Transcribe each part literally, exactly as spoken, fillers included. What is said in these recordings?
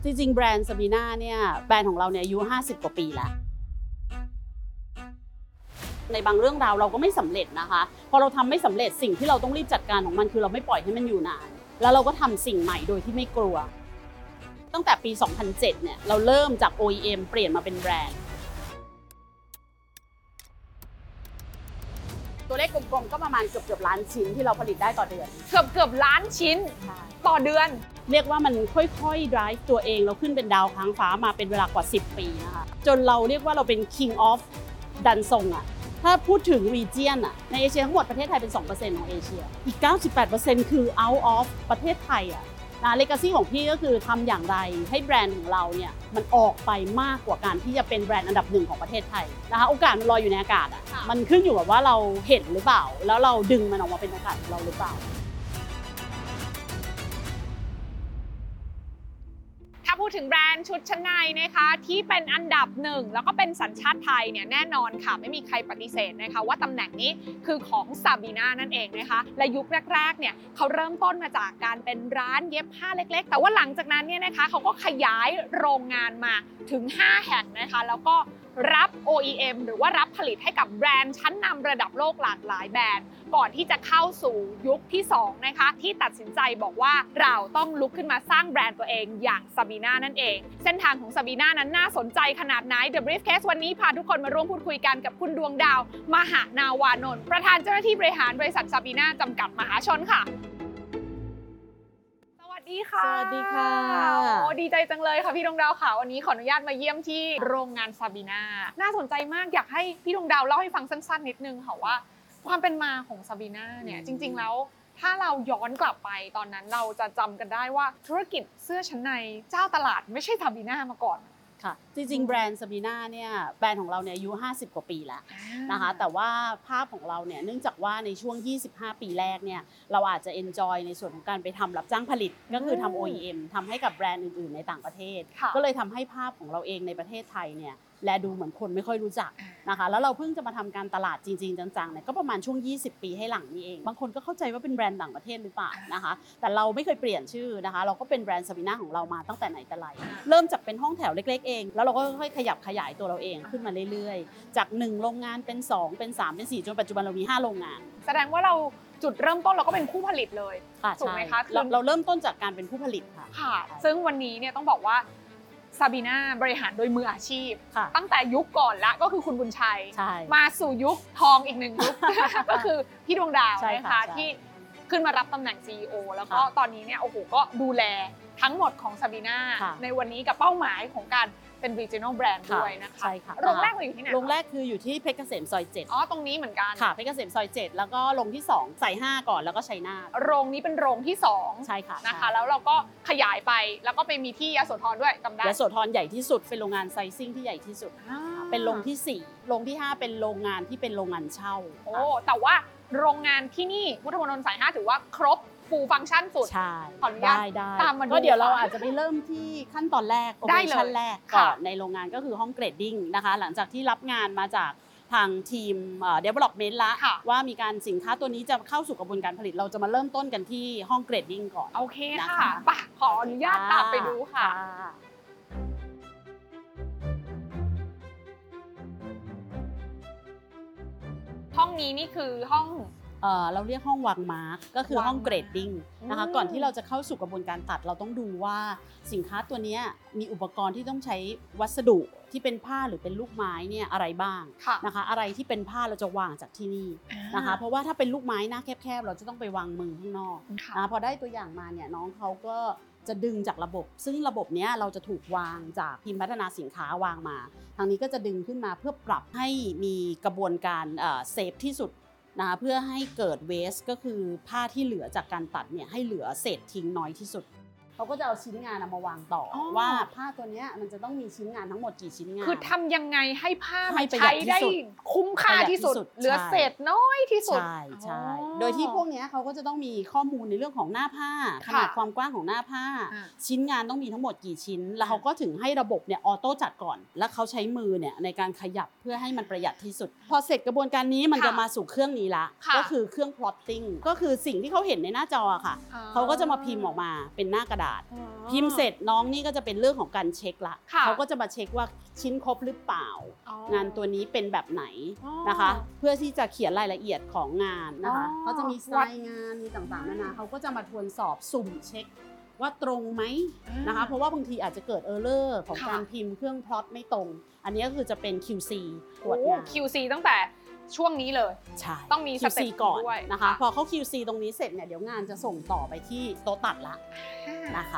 จริงๆแบรนด์ซาบีน่าเนี่ยแบรนด์ของเราเนี่ยอายุห้าสิบกว่าปีแล้วในบางเรื่องราวเราก็ไม่สำเร็จนะคะพอเราทำไม่สำเร็จสิ่งที่เราต้องรีบจัดการของมันคือเราไม่ปล่อยให้มันอยู่นานแล้วเราก็ทำสิ่งใหม่โดยที่ไม่กลัวตั้งแต่ปีสองพันเจ็ดเนี่ยเราเริ่มจาก โอ อี เอ็ม เปลี่ยนมาเป็นแบรนด์ตัวเลขกลมๆก็ประมาณเกือบๆล้านชิ้นที่เราผลิตได้ต่อเดือนเกือบเกือบล้านชิ้นต่อเดือนเรียกว่ามันค่อยๆ drive ตัวเองเราขึ้นเป็นดาวค้างฟ้ามาเป็นเวลากว่าสิบปีนะคะจนเราเรียกว่าเราเป็น king of ดันซงอะถ้าพูดถึง region อะในเอเชียทั้งหมดประเทศไทยเป็น สองเปอร์เซ็นต์ ของเอเชียอีก เก้าสิบแปดเปอร์เซ็นต์ คือ out of ประเทศไทยอะนะ legacy ของพี่ก็คือทำอย่างไรให้แบรนด์ของเราเนี่ยมันออกไปมากกว่าการที่จะเป็นแบรนด์อันดับหนึ่งของประเทศไทยนะคะโอกาสมันลอยอยู่ในอากาศอะมันขึ้นอยู่กับว่าเราเห็นหรือเปล่าแล้วเราดึงมันออกมาเป็นโอกาสของเราหรือเปล่าถ้าพูดถึงแบรนด์ชุดชั้นในนะคะที่เป็นอันดับหนึ่งแล้วก็เป็นสัญชาติไทยเนี่ยแน่นอนค่ะไม่มีใครปฏิเสธนะคะว่าตำแหน่งนี้คือของซาบีน่านั่นเองนะคะและยุคแรกๆเนี่ยเขาเริ่มต้นมาจากการเป็นร้านเย็บผ้าเล็กๆแต่ว่าหลังจากนั้นเนี่ยนะคะเขาก็ขยายโรงงานมาถึงห้าแห่งนะคะแล้วก็รับ โอ อี เอ็ม หรือว่ารับผลิตให้กับแบรนด์ชั้นนำระดับโลกหลากหลายแบรนด์ก่อนที่จะเข้าสู่ยุคที่สองนะคะที่ตัดสินใจบอกว่าเราต้องลุกขึ้นมาสร้างแบรนด์ตัวเองอย่างซาบีน่านั่นเองเส้นทางของซาบีน่านั้นน่าสนใจขนาดไหน The Briefcase วันนี้พาทุกคนมาร่วมพูดคุยกันกับคุณดวงดาวมหานาวานนท์ประธานเจ้าหน้าที่บริหารบริษัทซาบีน่าจำกัดมหาชนค่ะสวัสดีค่ะสวัสดีค่ะโอ้ดีใจจังเลยค่ะพี่ดวงดาวค่ะวันนี้ขออนุญาตมาเยี่ยมที่โรงงานซาบีน่าน่าสนใจมากอยากให้พี่ดวงดาวเล่าให้ฟังสั้นๆนิดนึงค่ะว่าความเป็นมาของซาบีน่าเนี่ยจริงๆแล้วถ้าเราย้อนกลับไปตอนนั้นเราจะจำกันได้ว่าธุรกิจเสื้อชั้นในเจ้าตลาดไม่ใช่ซาบีน่ามาก่อนค่ะจริงๆแบรนด์ซาบีน่าเนี่ยแบรนด์ของเราเนี่ยอายุห้าสิบกว่าปีแล้วนะคะแต่ว่าภาพของเราเนี่ยเนื่องจากว่าในช่วงยี่สิบห้าปีแรกเนี่ยเราอาจจะ enjoy ในส่วนของการไปทำรับจ้างผลิตก็คือทำ โอ อี เอ็ม ทำให้กับแบรนด์อื่นๆในต่างประเทศก็เลยทำให้ภาพของเราเองในประเทศไทยเนี่ยและดูเหมือนคนไม่ค่อยรู้จักนะคะแล้วเราเพิ่งจะมาทำการตลาดจริงๆจังๆเนี่ยก็ประมาณช่วงยี่สิบปีให้หลังนี้เองบางคนก็เข้าใจว่าเป็นแบรนด์ต่างประเทศหรือเปล่านะคะแต่เราไม่เคยเปลี่ยนชื่อนะคะเราก็เป็นแบรนด์ซาบีน่าของเรามาตั้งแต่ไหนแต่ไรเริ่มจากเป็นห้องแถวเล็กๆเองแล้วเราก็ค่อยๆขยับขยายตัวเราเองขึ้นมาเรื่อยๆจากหนึ่งโรงงานเป็นสองเป็นสามเป็นสี่จนปัจจุบันเรามีห้าโรงงานแสดงว่าเราจุดเริ่มต้นเราก็เป็นผู้ผลิตเลยถูกไหมคะเราเราเริ่มต้นจากการเป็นผู้ผลิตค่ะค่ะซึ่งวันนี้เนี่ยต้องบอกว่าซาบีน่าบริหารโดยมืออาชีพตั้งแต่ยุคก่อนละก็คือคุณบุญชัยมาสู่ยุคทองอีกหนึ่งยุค ก็คือพี่ดวงดาวนะคะที่ขึ้นมารับตำแหน่ง ซี อี โอ แล้วก็ตอนนี้เนี่ยโอ้โหก็ดูแลทั้งหมดของซาบีน่าในวันนี้กับเป้าหมายของการเป็น regional brand ด้วยนะคะใช่ค่ะโรงแรกเราอยู่ที่ไหนโรงแรกคืออยู่ที่เพชรเกษมซอยเจ็ดอ๋อตรงนี้เหมือนกันค่ะเพชรเกษมซอยเจ็ดแล้วก็โรงที่สองใส่ห้าก่อนแล้วก็ชัยนาทโรงนี้เป็นโรงที่สองใช่ค่ะนะคะแล้วเราก็ขยายไปแล้วก็ไปมีที่ยโสธรด้วยจำได้ยโสธรใหญ่ที่สุดเป็นโรงงานไซซิ่งที่ใหญ่ที่สุดเป็นโรงที่สี่โรงที่ห้าเป็นโรงงานที่เป็นโรงงานเช่าโอ้แต่ว่าโรงงานที่นี่พุทธมณฑลสายห้าถือว่าครบฟูลฟังก์ชันสุดใช่ขออนุญาตตามมาดูก็เดี๋ยวเราอาจจะไปเริ่มที่ขั้นตอนแรกโปรโมชั่นแรกก่อนในโรงงานก็คือห้องเกรดดิ้งนะคะหลังจากที่รับงานมาจากทางทีม development ละว่ามีการสินค้าตัวนี้จะเข้าสู่กระบวนการผลิตเราจะมาเริ่มต้นกันที่ห้องเกรดดิ้งก่อนโอเคค่ะป่ะขออนุญาตตามไปดูค่ะห้องนี้นี่คือห้องเอ่อเราเรียกห้องวางมาร์กก็คือห้องเกรดดิ้งนะคะก่อนที่เราจะเข้าสู่กระบวนการตัดเราต้องดูว่าสินค้าตัวนี้มีอุปกรณ์ที่ต้องใช้วัสดุที่เป็นผ้าหรือเป็นลูกไม้เนี่ยอะไรบ้างนะคะอะไรที่เป็นผ้าเราจะวางจากที่นี่นะคะเพราะว่าถ้าเป็นลูกไม้หน้าแคบๆเราจะต้องไปวางมือข้างนอกนะพอได้ตัวอย่างมาเนี่ยน้องเขาก็จะดึงจากระบบซึ่งระบบนี้เราจะถูกวางจากทีมพัฒนาสินค้าวางมาทางนี้ก็จะดึงขึ้นมาเพื่อปรับให้มีกระบวนการเซฟที่สุดนะคะเพื่อให้เกิดเวสก็คือผ้าที่เหลือจากการตัดเนี่ยให้เหลือเศษทิ้งน้อยที่สุดเขาก็จะเอาชิ้นงานมาวางต่อว่าผ้าตัวนี้มันจะต้องมีชิ้นงานทั้งหมดกี่ชิ้นงานคือทำยังไงให้ผ้ามันใช้ได้คุ้มค่าที่สุดเหลือเศษน้อยที่สุดใช่ใช่โดยที่พวกนี้เขาก็จะต้องมีข้อมูลในเรื่องของหน้าผ้าขนาดความกว้างของหน้าผ้าชิ้นงานต้องมีทั้งหมดกี่ชิ้นแล้วเขาก็ถึงให้ระบบเนี่ยออโต้จัดก่อนแล้วเขาใช้มือเนี่ยในการขยับเพื่อให้มันประหยัดที่สุดพอเสร็จกระบวนการนี้มันจะมาสู่เครื่องนี้ละก็คือเครื่อง plotting ก็คือสิ่งที่เขาเห็นในหน้าจอค่ะเขาก็จะมาพิมพ์ออกมาเป็นหน้ากระดาษาษพิมพ์เสร็จน้องนี่ก็จะเป็นเรื่องของการเช็คละค่ะเขาก็จะมาเช็คว่าชิ้นครบหรือเปล่าอ๋องานตัวนี้เป็นแบบไหนอ๋อนะคะ เพื่อที่จะเขียนรายละเอียดของงานนะคะอ๋อเขาจะมีสไตล์งานมีต่างๆนานาเขาก็จะมาทวนสอบสุ่มเช็คว่าตรงไหมนะคะ เพราะว่าบางทีอาจจะเกิดเออร์เลอร์ของค่ะการพิมพ์เครื่องพล็อตไม่ตรง อันนี้ก็คือจะเป็น คิว ซี ตรวจโอ้งานคิว ซี ตั้งแต่ช่วงนี้เลยใช่ต้องมีสเต็ปคิว ซี ก่อนด้วยนะคะ พอเขา คิว ซี ตรงนี้เสร็จเนี่ยเดี๋ยวงานจะส่งต่อไปที่โต๊ะตัดละนะคะ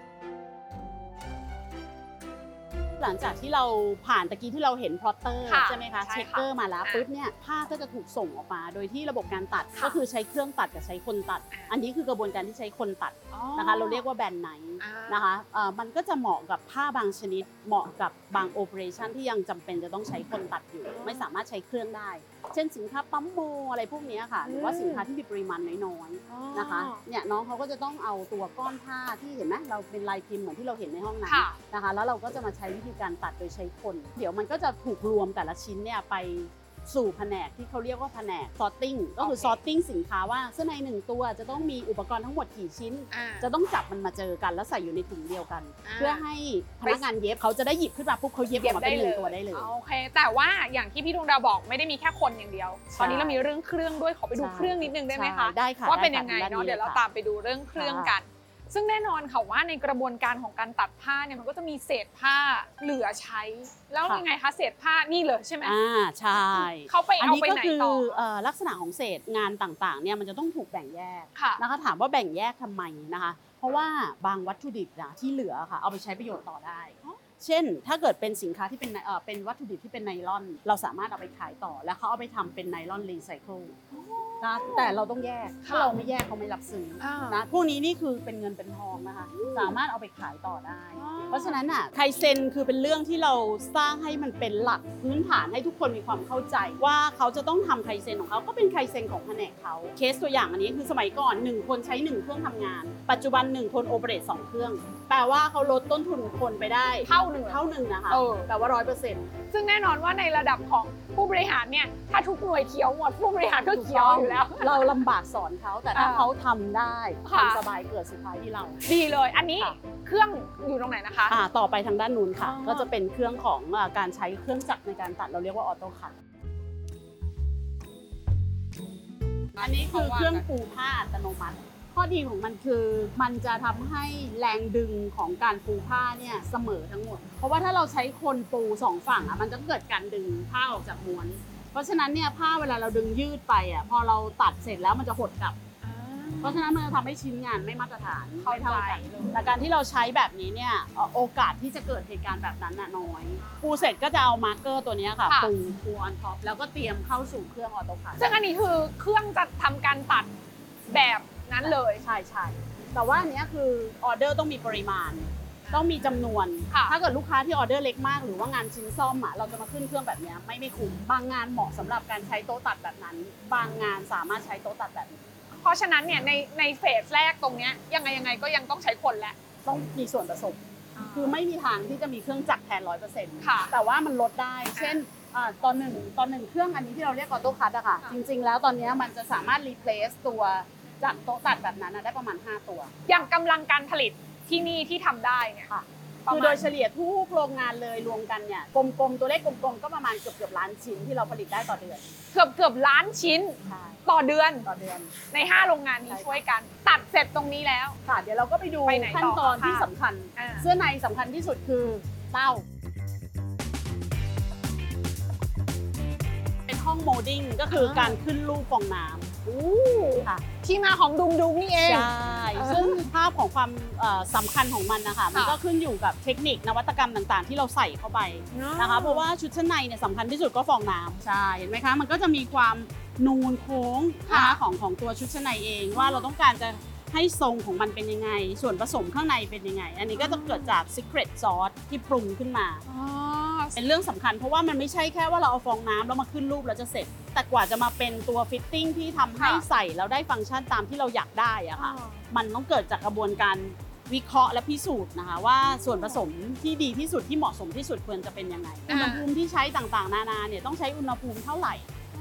หลังจากที่เราผ่านตะกี้ที่เราเห็นพลอตเตอร์ค่ะใช่ไหมคะใช่ค่ะเช็คเกอร์มาแล้วอ่ะปุ๊บเนี่ยผ้าก็จะถูกส่งออกมา โดยที่ระบบการตัดค่ะก็คือใช้เครื่องตัดกับใช้คนตัดอ่ะอันนี้คือกระบวนการที่ใช้คนตัดอ๋อนะคะ เราเรียกว่าแบนไนท์อ่านะคะเอ่อมันก็จะเหมาะกับผ้าบางชนิด เหมาะกับบางโอเปอเรชันที่ยังจำเป็นจะต้องใช้คนตัดอยู่ ไม่สามารถใช้เครื่องได้ เช่นสินค้าปั๊มโมอะไรพวกเนี้ยค่ะ หรือว่าสินค้าที่มีปริมาณน้อยๆ นะคะ เนี่ยน้องเขาก็จะต้องเอาตัวก้อนผ้าที่เห็นไหมเราเป็นลายพิมพ์เหมือนที่เราเห็นในห้องนั้นค่ะนะคะ แล้วเราก็จะมาใช้วิธีการตัดโดยใช้คน เดี๋ยวมันก็จะถูกรวมแต่ละชิ้นเนี่ยไปสู่แผนกที่เขาเรียกว่าแผนก sorting ก็คือโอเค sorting สินค้าว่าเสื้อในหนึ่งตัวจะต้องมีอุปกรณ์ทั้งหมดกี่ชิ้นอ่าจะต้องจับมันมาเจอกันแล้วใส่อยู่ในถุงเดียวกันอ่าเพื่อให้พนักงานเย็บเขาจะได้หยิบขึ้นมาปุ๊บเขาเย็บออกมาเป็นหนึ่งตัวได้เลยโอเค แต่ว่าอย่างที่พี่ดวงดาวบอกไม่ได้มีแค่คนอย่างเดียวใช่ตอนนี้เรามีเรื่องเครื่องด้วยขอไปดูใช่เครื่องนิดนึงได้ไหมคะใช่ได้ค่ะว่าเป็นได้ยังไงค่ะเนาะด้เดี๋ยวเราลค่ะตามไปดูเรื่องเครื่องกัน ซึ่งแน่นอนค่ะว่าในกระบวนการของการตัดผ้าเนี่ยมันก็จะมีเศษผ้าเหลือใช้ แล้วค่ะยังไงคะเศษผ้านี่เลยใช่ไหมอ่าใช่เขาไปอันเอานี้ไปก็ไหนคือต่อเอ่อลักษณะของเศษงานต่างๆเนี่ยมันจะต้องถูกแบ่งแยกค่ะนะคะถามว่าแบ่งแยกทำไมนะคะ เพราะว่าบางวัตถุดิบนะที่เหลือค่ะเอาไปใช้ประโยชน์ต่อได้อ๋อเช่น ถ้าเกิดเป็นสินค้าที่เป็นเอ่อเป็นวัตถุดิบที่เป็นไนลอน เราสามารถเอาไปขายต่อ แล้วเขาเอาไปทำเป็นไนลอนรีไซเคิลนะแต่เราต้องแยก ถ้าเราไม่แยกเขาไม่รับซื้ออ่านะพวกนี้นี่คือเป็นเงินเป็นทองนะคะ สามารถเอาไปขายต่อได้อ๋อเพราะฉะนั้นอ่ะไคเซนคือเป็นเรื่องที่เราสร้างให้มันเป็นหลักพื้นฐานให้ทุกคนมีความเข้าใจ ว่าเขาจะต้องทำไคเซนของเขาก็เป็นไคเซนของแผนกเขาเคสตัวอย่างอันนี้คือสมัยก่อนหนึ่งคนใช้หนึ่งเครื่องทำงาน ปัจจุบันหนึ่งคนโอเปเรตสองเครื่อง แปลว่าเขาลดต้นทุนคนไปได้เท่าหนึ่งเท่าหนึ่งนะคะเออแปลว่าร้อยเปอร์เซ็นต์ซึ่งแน่นอนว่าในระดับของผู้บริหารเนี่ยถ้าทุกหน่วยเขียวหมดผู้บริหารก็เขียวอยู่แล้วเราลำบากสอนเขาแต่ถ้าอ่าเขาทำได้ค่ะทำสบายเกิดสุดท้ายที่เราดีเลย อันนี้ค่ะเครื่องอยู่ตรงไหนนะคะอ่าต่อไปทางด้านนู้นค่ะอ๋อก็จะเป็นเครื่องของอ่าการใช้เครื่องจักรในการตัดเราเรียกว่าออโต้คัตอันนี้คือเครื่องปูผ้าอัตโนมัติ ข้อดีของมันคือมันจะทำให้แรงดึงของการปูผ้าเนี่ยเสมอทั้งหมด เพราะว่าถ้าเราใช้คนปูสองฝั่งอ่ะมันจะเกิดการดึงผ้าออกจากม้วน เพราะฉะนั้นเนี่ยผ้าเวลาเราดึงยืดไปอ่ะพอเราตัดเสร็จแล้วมันจะหดกลับ เพราะฉะนั้นมันจะทำให้ชิ้นงานไม่มาตรฐานเข้าไม่เท่าใจกันแต่การที่เราใช้แบบนี้เนี่ยเอ่อโอกาสที่จะเกิดเหตุการณ์แบบนั้นน่ะน้อย ปูเสร็จก็จะเอามาร์กเกอร์ตัวเนี้ยค่ะค่ะปูปูออนท็อปแล้วก็เตรียมเข้าสู่เครื่องออโต้คัทซึ่งอันนี้คือเครื่องจะทำการตัดแบบนั้นเลยใช่ใช่แต่ว่าอันเนี้ยคือออเดอร์ต้องมีปริมาณ ต้องมีจำนวนค่ะถ้าเกิดลูกค้าที่ออเดอร์เล็กมากหรือว่างานชิ้นซ่อมอ่ะเราจะมาขึ้นเครื่องแบบเนี้ยไม่ไม่คุ้มบางงานเหมาะสำหรับการใช้โต๊ะตัดแบบนั้น บางงานสามารถใช้โต๊ะตัดแบบนี้เพราะฉะนั้นเนี่ยในในเฟสแรกตรงเนี้ยยังไงยังไงก็ยังต้องใช้คนแหละต้องมีส่วนผสม คือไม่มีทางที่จะมีเครื่องจักรแทนร้อยเปอร์เซ็นต์ค่ะแต่ว่ามันลดได้ เช่นอ่าตอนหนึ่งตอนหนึ่งเครื่องอันนี้ที่เราเรียกออโต้คัทอะค่ะค่ะจริง ๆ แล้วตอนนี้มันจะสามารถรีเพลซตัวจากโต๊ะตัดแบบนั้นอะได้ประมาณ ห้า ตัวอย่างกำลังการผลิตที่นี่ที่ทำได้เนี่ยค่ะประคือมาณโดยเฉลี่ยทุกโรงงานเลยรวมกันเนี่ยกลมๆ ตัวเลขกลมๆ ก็ประมาณเกือบเกือบๆล้านชิ้นที่เราผลิตได้ต่อเดือนเกือบเกือบล้านชิ้นใช่ต่อเดือนต่อเดือนในห้าโรงงานนี้ใช่ค่ะช่วยกัน ตัดเสร็จตรงนี้แล้วค่ะ เดี๋ยวเราก็ไปดูไปไหนต่อขั้นตอนที่คะสำคัญอ่าเสื้อในสำคัญที่สุดคือเต้า เป็นห้องโมดิ้งก็คือการขึ้นรูปฟองน้ำอู้ค่ะที่มาของดุมดุมนี่เองใช่ ซึ่งภาพของความเอ่อสำคัญของมันนะคะ มันก็ขึ้นอยู่กับเทคนิคนวัตกรรมต่างๆ ที่เราใส่เข้าไปนะคะ เพราะว่าชุดชั้นในเนี่ยสำคัญที่สุดก็ฟองน้ำใช่ เห็นไหมคะ มันก็จะมีความนูนโค้งนะคะของของตัวชุดชั้นในเองว่าเราต้องการจะให้ทรงของมันเป็นยังไง ส่วนผสมข้างในเป็นยังไง อันนี้ก็จะเกิดจาก secret sauce ที่ปรุงขึ้นมาอ๋อเป็นเรื่องสำคัญเพราะว่ามันไม่ใช่แค่ว่าเราเอาฟองน้ำแล้วมาขึ้นรูปแล้วจะเสร็จ แต่กว่าจะมาเป็นตัวฟิตติ้งที่ทำให้ค่ะใส่แล้วได้ฟังก์ชันตามที่เราอยากได้อะค่ะ มันต้องเกิดจากกระบวนการวิเคราะห์และพิสูจน์นะคะว่าส่วนผสมที่ดีที่สุดที่เหมาะสมที่สุดควรจะเป็นยังไงอ่าอุณหภูมิที่ใช้ต่างๆ นานาเนี่ยต้องใช้อุณหภูมิเท่าไหร่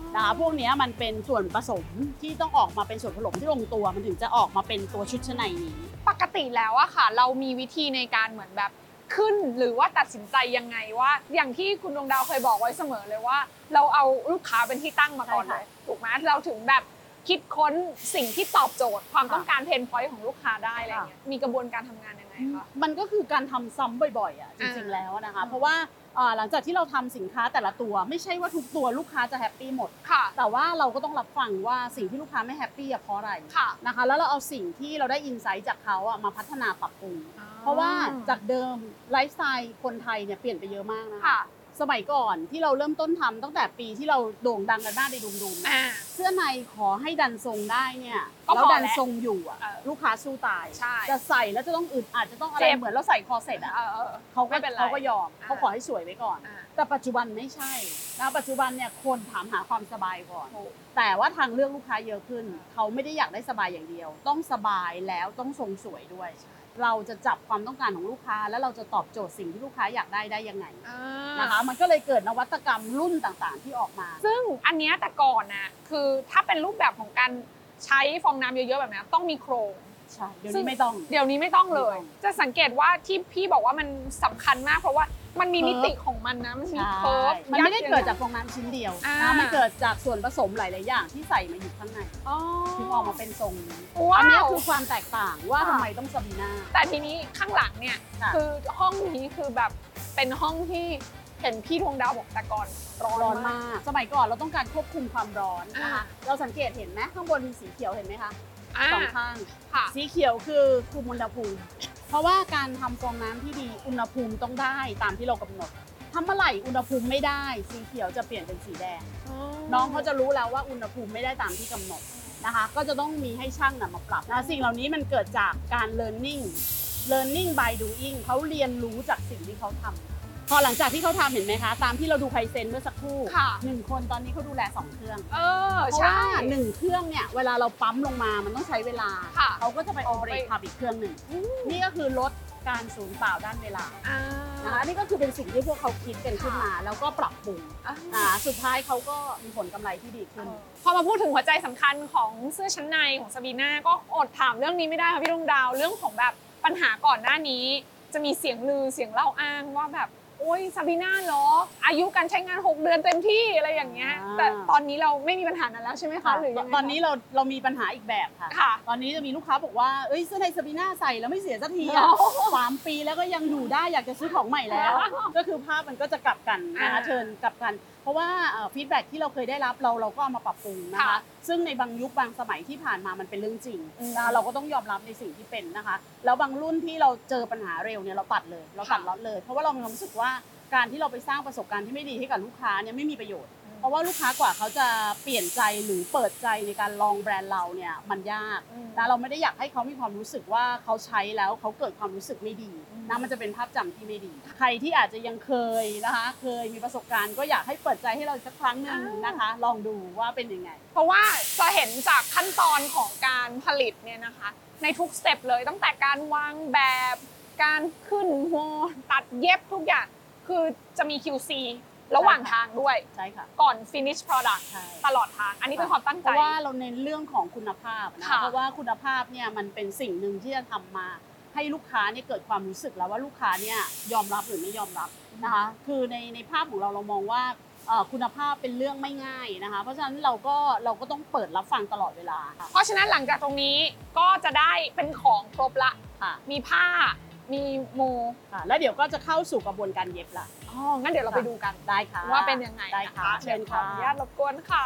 นะคะพวกเนี้ยมันเป็นส่วนผสมที่ต้องออกมาเป็นส่วนผสมที่ลงตัวมันถึงจะออกมาเป็นตัวชุดชั้นในนี้ปกติแล้วอะค่ะ เรามีวิธีในการเหมือนแบบขึ้นหรือว่าตัดสินใจยังไงว่า อย่างที่คุณดวงดาวเคยบอกไว้เสมอเลยว่า เราเอาลูกค้าเป็นที่ตั้งมาก่อนเลยถูกไหมเราถึงแบบคิดค้นสิ่งที่ตอบโจทย์ความต้องการเพนพอยต์ของลูกค้าได้อะไรเงี้ยมีกระบวนการทำงานยังไงคะมันก็คือการทำซ้ำบ่อยๆอ่ะจริงๆแล้วนะคะเพราะว่าอ่าหลังจากที่เราทำสินค้าแต่ละตัวไม่ใช่ว่าทุกตัวลูกค้าจะแฮปปี้หมดค่ะแต่ว่าเราก็ต้องรับฟังว่าสิ่งที่ลูกค้าไม่แฮปปี้อะเพราะอะไรค่ะนะคะแล้วเราเอาสิ่งที่เราได้อินไซต์จากเขาอะมาพัฒนาปรับปรุงเพราะว่าจากเดิมไลฟ์สไตล์คนไทยเนี่ยเปลี่ยนไปเยอะมากนะคะค่ะสมัยก่อนที่เราเริ่มต้นทำตั้งแต่ปีที่เราโด่งดังกันมากในดุมๆอ่าเสื้อในขอให้ดันทรงได้เนี่ยก็พอแล้วดันแล้วทรงอยู่อะเออลูกค้าสู้ตายใช่จะใส่แล้วจะต้องอึดอาจจะต้องอะไรเจ็บเหมือนเราใส่คอเสร็จอะเออเออเขาก็ไม่เป็นไรเขาก็ยอมอ่าเขาขอให้สวยไว้ก่อนอ่าแต่ปัจจุบันไม่ใช่นะปัจจุบันเนี่ยคนถามหาความสบายก่อนถูกแต่ว่าทางเลือกลูกค้าเยอะขึ้น เขาไม่ได้อยากได้สบายอย่างเดียว ต้องสบายแล้วต้องทรงสวยด้วย เราจะจับความต้องการของลูกค้า แล้วเราจะตอบโจทย์สิ่งที่ลูกค้าอยากได้ได้ยังไงอ่านะคะมันก็เลยเกิดนวัตกรรมรุ่นต่างๆ ที่ออกมาซึ่งอันเนี้ยแต่ก่อนน่ะคือถ้าเป็นรูปแบบของการใช้ฟองน้ำเยอะๆแบบเนี้ยต้องมีโครงใช่เดี๋ยวซึ่นี้งไม่ต้องเดี๋ยวนี้ไม่ต้องเลยไม่ต้องจะสังเกตว่าที่พี่บอกว่ามันสำคัญมากเพราะว่ามันมีมิติของมันนะมันมีใช่เคิร์ฟมันไม่ได้เกิดจากฟองน้ำชิ้นเดียวอ่านะมันเกิดจากส่วนผสมหลาย ๆ อย่างที่ใส่มาอยู่ข้างในอ๋อถึงออกมาเป็นทรงนี้ว้าวอันนี้คือความแตกต่างว่าค่ะทำไมต้องซาบีน่าแต่ทีนี้ข้างหลังเนี่ยค่ะคือห้องนี้คือแบบเป็นห้องที่เห็นพี่ดวงดาวบอกแต่ก่อนร้อนร้อนมากมาก สมัยก่อนเราต้องการควบคุมความร้อนนะคะอ่าเราสังเกตเห็นไหมข้างบนมีสีเขียวเห็นไหมคะอ่าสองข้างค่ะสีเขียวคือคุมอุณหภูมิ เพราะว่าการทำฟองน้ำที่ดีอุณหภูมิต้องได้ตามที่เรากำหนดถ้าเมื่อไหร่อุณหภูมิไม่ได้ สีเขียวจะเปลี่ยนเป็นสีแดง น้องเขาจะรู้แล้วว่าอุณหภูมิไม่ได้ตามที่กำหนดนะคะ ก็จะต้องมีให้ช่างนะมาปรับนะสิ่งเหล่านี้มันเกิดจากการ learning learning by doing เขาเรียนรู้จากสิ่งที่เขาทำพอหลังจากที่เขาทำเห็นไหมคะ ตามที่เราดูไคเซนเมื่อสักครู่ค่ะหนึ่งคนตอนนี้เขาดูแลสองเครื่องเออเพราะใช่ว่าหนึ่งเครื่องเนี่ยเวลาเราปั๊มลงมามันต้องใช้เวลาค่ะเขาก็จะไปอ๋โออเปเรตไปขับอีกเครื่องหนึ่งนี่ก็คือลดการสูญเปล่าด้านเวลาอ่านะคะนี่ก็คือเป็นสิ่งที่พวกเขาคิดกันขึ้นมาแล้วก็ปรับปรุงอ่าอ่าสุดท้ายเขาก็มีผลกำไรที่ดีขึ้นพอมาพูดถึงหัวใจสำคัญของเสื้อชั้นในของซาบีน่าก็อดถามเรื่องนี้ไม่ได้ค่ะพี่ดวงดาวเรื่องของแบบปัญหาก่อนหน้านี้ จะมีเสียงลือเสียงเล่าอ้างว่าแบบโอ้ยซาบีน่าเหรออายุการใช้งานหกเดือนเต็มที่อะไรอย่างเงี้ยอ่าแต่ตอนนี้เราไม่มีปัญหานั้นแล้วใช่ไหมคะค่ะหรือยังไงตอนนี้เราเรามีปัญหาอีกแบบค่ะค่ะตอนนี้จะมีลูกค้าบอกว่าเอ้ยเสื้อในซาบีน่าใส่แล้วไม่เสียสักทีอ๋อะอสามปีแล้วก็ยังอยู่ได้อยากจะซื้อของใหม่แล้ว ก็คือภาพมันก็จะกลับกันนะคะอ่าเชิญกลับกัน เพราะว่าฟีดแบ็ที่เราเคยได้รับเราเราก็เอามาปรับปรุงนะคะค่ะซึ่งในบางยุคบางสมัยที่ผ่านมามันเป็นเรื่องจริงอืมนะคะเราก็ต้องยอมรับในสิ่งที่เป็นนะคะ แล้วบางรุ่นที่เราเจอปัญหาเร็วเนี่ยเราตัดเลย เราตัดค่ะล็อตเลย เพราะว่าเรามีความรู้สึกว่าการที่เราไปสร้างประสบการณ์ที่ไม่ดีให้กับลูกค้าเนี่ยไม่มีประโยชน์ เพราะว่าลูกค้ากว่าเขาจะเปลี่ยนใจหรือเปิดใจในการลองแบรนด์เราเนี่ยมันยากอืมนะเราไม่ได้อยากให้เขามีความรู้สึกว่าเขาใช้แล้วเขาเกิดความรู้สึกไม่ดีอืมนะมันจะเป็นภาพจำที่ไม่ดี ใครที่อาจจะยังเคยนะคะ เคยมีประสบการณ์ก็อยากให้เปิดใจให้เราสักครั้งหนึ่งนะคะ ลองดูว่าเป็นยังไงเพราะว่าจะเห็นจากขั้นตอนของการผลิตเนี่ยนะคะ ในทุกสเต็ปเลยตั้งแต่การวางแบบ การขึ้นโฮตัดเย็บทุกอย่างคือจะมี คิว ซี ระหว่างทางด้วยใช่ค่ะก่อน finish product ใช่ตลอดทาง อันนี้เป็นความตั้งเพใจราะว่าเราเน้นเรื่องของคุณภาพนะค่ะเพราะว่าคุณภาพเนี่ยมันเป็นสิ่งหนึ่งที่จะทำมาให้ลูกค้าเนี่ยเกิดความรู้สึกแล้วว่าลูกค้าเนี่ยยอมรับหรือไม่ยอมรับนะคะคือในในภาพของเราเรามองว่าเอ่อคุณภาพเป็นเรื่องไม่ง่ายนะคะ เพราะฉะนั้นเราก็เราก็ต้องเปิดรับฟังตลอดเวลาค่ะเพราะฉะนั้นหลังจากตรงนี้ก็จะได้เป็นของครบละค่ะมีผ้า มีโมค่ะแล้วเดี๋ยวก็จะเข้าสู่กระบวนการเย็บละอ๋อ งั้นเดี๋ยวเราไปดูกันได้ค่ะว่าเป็นยังไงได้นค่ะเชิญขอค่ะอนุญาตรบกวนค่ะ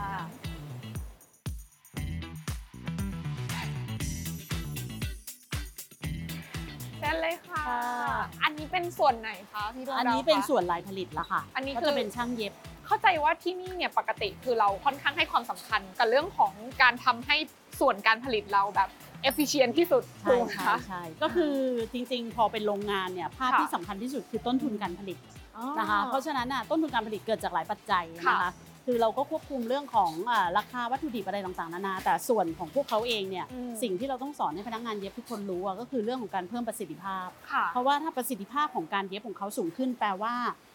เช่นเลยค่ะค่ะอันนี้เป็นส่วนไหนคะพี่ดวงดาวอันนี้เป็นคะส่วนลายผลิตละค่ะอันนี้ก็คือจะเป็นช่างเย็บเข้าใจว่าที่นี่เนี่ยปกติคือเราค่อนข้างให้ความสำคัญกับเรื่องของการทำให้ส่วนการผลิตเราแบบ efficient ที่สุดใช่ถูกไหมใช่คะใช่ก็คือจริงๆ พอเป็นโรงงานเนี่ยภาพค่ะที่สำคัญที่สุดคือต้นทุนการผลิตอ๋อนะคะเพราะฉะนั้นน่ะต้นทุนการผลิตเกิดจากหลายปัจจัยนะค่ะคะคือเราก็ควบคุมเรื่องของอ่าราคาวัตถุดิบอะไรต่างๆนานาแต่ส่วนของพวกเขาเองเนี่ยอืมสิ่งที่เราต้องสอนให้พนักงานเย็บทุกคนรู้อะก็คือเรื่องของการเพิ่มประสิทธิภาพค่ะเพราะว่าถ้าประสิทธิภาพของการเย็บของเขาสูงขึ้นแปลว่า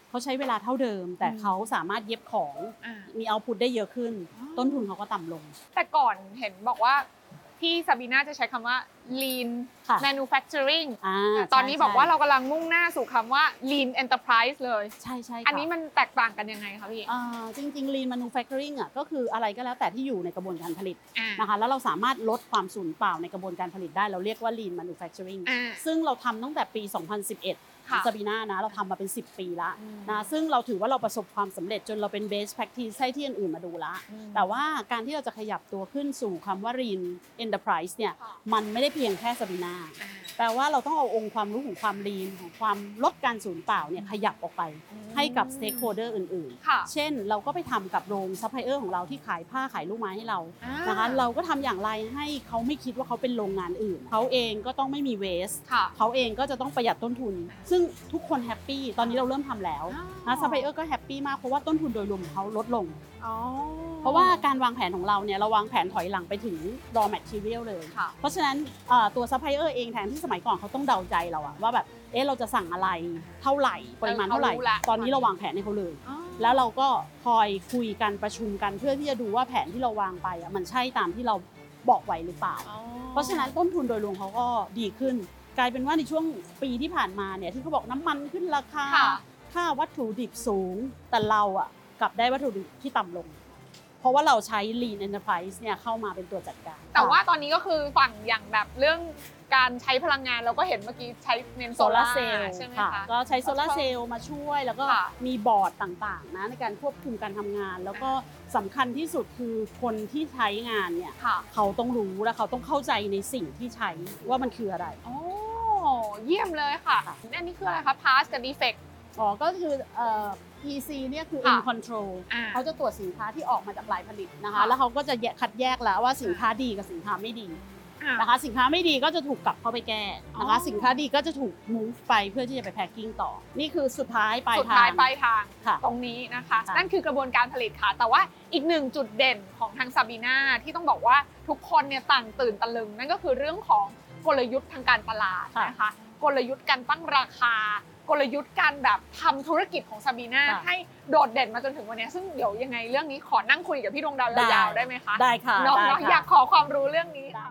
เขาใช้เวลาเท่าเดิม แต่เขาสามารถเย็บของอ่ามีเอาพุตได้เยอะขึ้น ต้นทุนเขาก็ต่ำลงแต่ก่อนเห็นบอกว่าพี่ซาบีน่าจะใช้คำว่า lean ค่ะ manufacturing อ่าแต่ตอนนี้ใช่บอกว่าเรากำลังมุ่งหน้าสู่คำว่า lean enterprise เลยใช่ใช่อันนี้มันแตกต่างกันยังไงคะพี่อ่าจริงๆ lean manufacturing อ่ะก็คืออะไรก็แล้วแต่ที่อยู่ในกระบวนการผลิตอ่านะคะแล้วเราสามารถลดความสูญเปล่าในกระบวนการผลิตได้เราเรียกว่า lean manufacturing อ่าซึ่งเราทำตั้งแต่ปี สองพันสิบเอ็ดค่ะซาบีน่านะเราทำมาเป็นสิบปีละอืมนะซึ่งเราถือว่าเราประสบความสำเร็จจนเราเป็น best practice ให้ที่อื่นๆมาดูละอืมแต่ว่าการที่เราจะขยับตัวขึ้นสู่คำว่า lean enterprise เนี่ยค่ะมันไม่ได้เพียงแค่ซาบีน่าอ่าแปลว่าเราต้องเอาองค์ความรู้ของความ lean ของความลดการสูญเปล่าเนี่ยขยับออกไปให้กับ stakeholder อื่นค่ะๆ เช่นเราก็ไปทำกับโรงซัพพลายเออร์ของเราที่ขายผ้าขายลูกไม้ให้เราอ่านะคะเราก็ทำอย่างไรให้เขาไม่คิดว่าเขาเป็นโรงงานอื่น เขาเองก็ต้องไม่มีเวสค่ะเขาเองก็จะต้องประหยัดต้นทุน ซึ่งทุกคนแฮปปี้ตอนนี้เราเริ่มทำแล้วอ๋อนะซัพพลายเออร์ก็แฮปปี้มากเพราะว่าต้นทุนโดยรวมของเขาลดลงอ๋อเพราะว่าการวางแผนของเราเนี่ยเราวางแผนถอยหลังไปถึง raw material เลยค่ะเพราะฉะนั้นเอ่อตัวซัพพลายเออร์เองแทนที่สมัยก่อนเขาต้องเดาใจเราอะว่าแบบเอ๊ะเราจะสั่งอะไรเท่าไหร่ปริมาณเท่าไหร่เขารู้ละตอนนี้เราวางแผนให้เขาเลยอ๋อแล้วเราก็คอยคุยกันประชุมกันเพื่อที่จะดูว่าแผนที่เราวางไปอะมันใช่ตามที่เราบอกไว้หรือเปล่าอ๋อเพราะฉะนั้นต้นทุนโดยรวมเขาก็ดีขึ้น กลายเป็นว่าในช่วงปีที่ผ่านมาเนี่ยที่เขาบอกน้ำมันขึ้นราคาค่ะค่าวัตถุดิบสูง แต่เราอะกลับได้วัตถุดิบที่ต่ำลง เพราะว่าเราใช้ lean enterprise เนี่ยเข้ามาเป็นตัวจัดการแต่ว่าตอนนี้ก็คือฝั่งอย่างแบบเรื่องการใช้พลังงานเราก็เห็นเมื่อกี้ใช้เน้นโซโซลาลาร์ร์เซลล์ใช่ไหมค่ะคะก็ใช้โซลาร์เซลล์มาช่วย แล้วก็ค่ะมีบอร์ดต่างๆนะในการควบคุมการทำงาน แล้วก็สำคัญที่สุดคือคนที่ใช้งานเนี่ยค่ะเขาต้องรู้และเขาต้องเข้าใจในสิ่งที่ใช้ว่ามันคืออะไรโอ้เยี่ยมเลยค่ะค่ะอันนี้คืออะไรคะ pass กับ defect อ๋อก็คือเอ่อ อี ซี เนี่ยคือค่ะ in control อ่าเขาจะตรวจสินค้าที่ออกมาจากรายผลิตนะคะค่ะแล้วเขาก็จะแยกคัดแยกแล้วว่าสินค้าดีกับสินค้าไม่ดีอ่ะนะคะ สินค้าไม่ดีก็จะถูกกลับเข้าไปแก้นะคะอ๋อสินค้าดีก็จะถูก move ไปเพื่อที่จะไป packing ต่อ นี่คือสุดท้ายปลายสุดทาท้ายงปลายทางค่ะตรงนี้นะคะค่ะนั่นคือกระบวนการผลิตค่ะ แต่ว่าอีกหนึ่งจุดเด่นของทางซาบีนาที่ต้องบอกว่าทุกคนเนี่ยต่างตื่นตะลึง นั่นก็คือเรื่องของกลยุทธ์ทางการตลาดนะคะ กลยุทธ์การตั้งราคา กลยุทธ์การแบบทำธุรกิจของซาบีนาค่ะให้โดดเด่นมาจนถึงวันนี้ ซึ่งเดี๋ยวยังไงเรื่องนี้ขอนั่งคุยกับพี่ดวงดาวยาวๆได้ไหมคะได้ค่ะเนาะได้เนาะค่ะอยากขอความรู้เรื่องนี้ค่ะ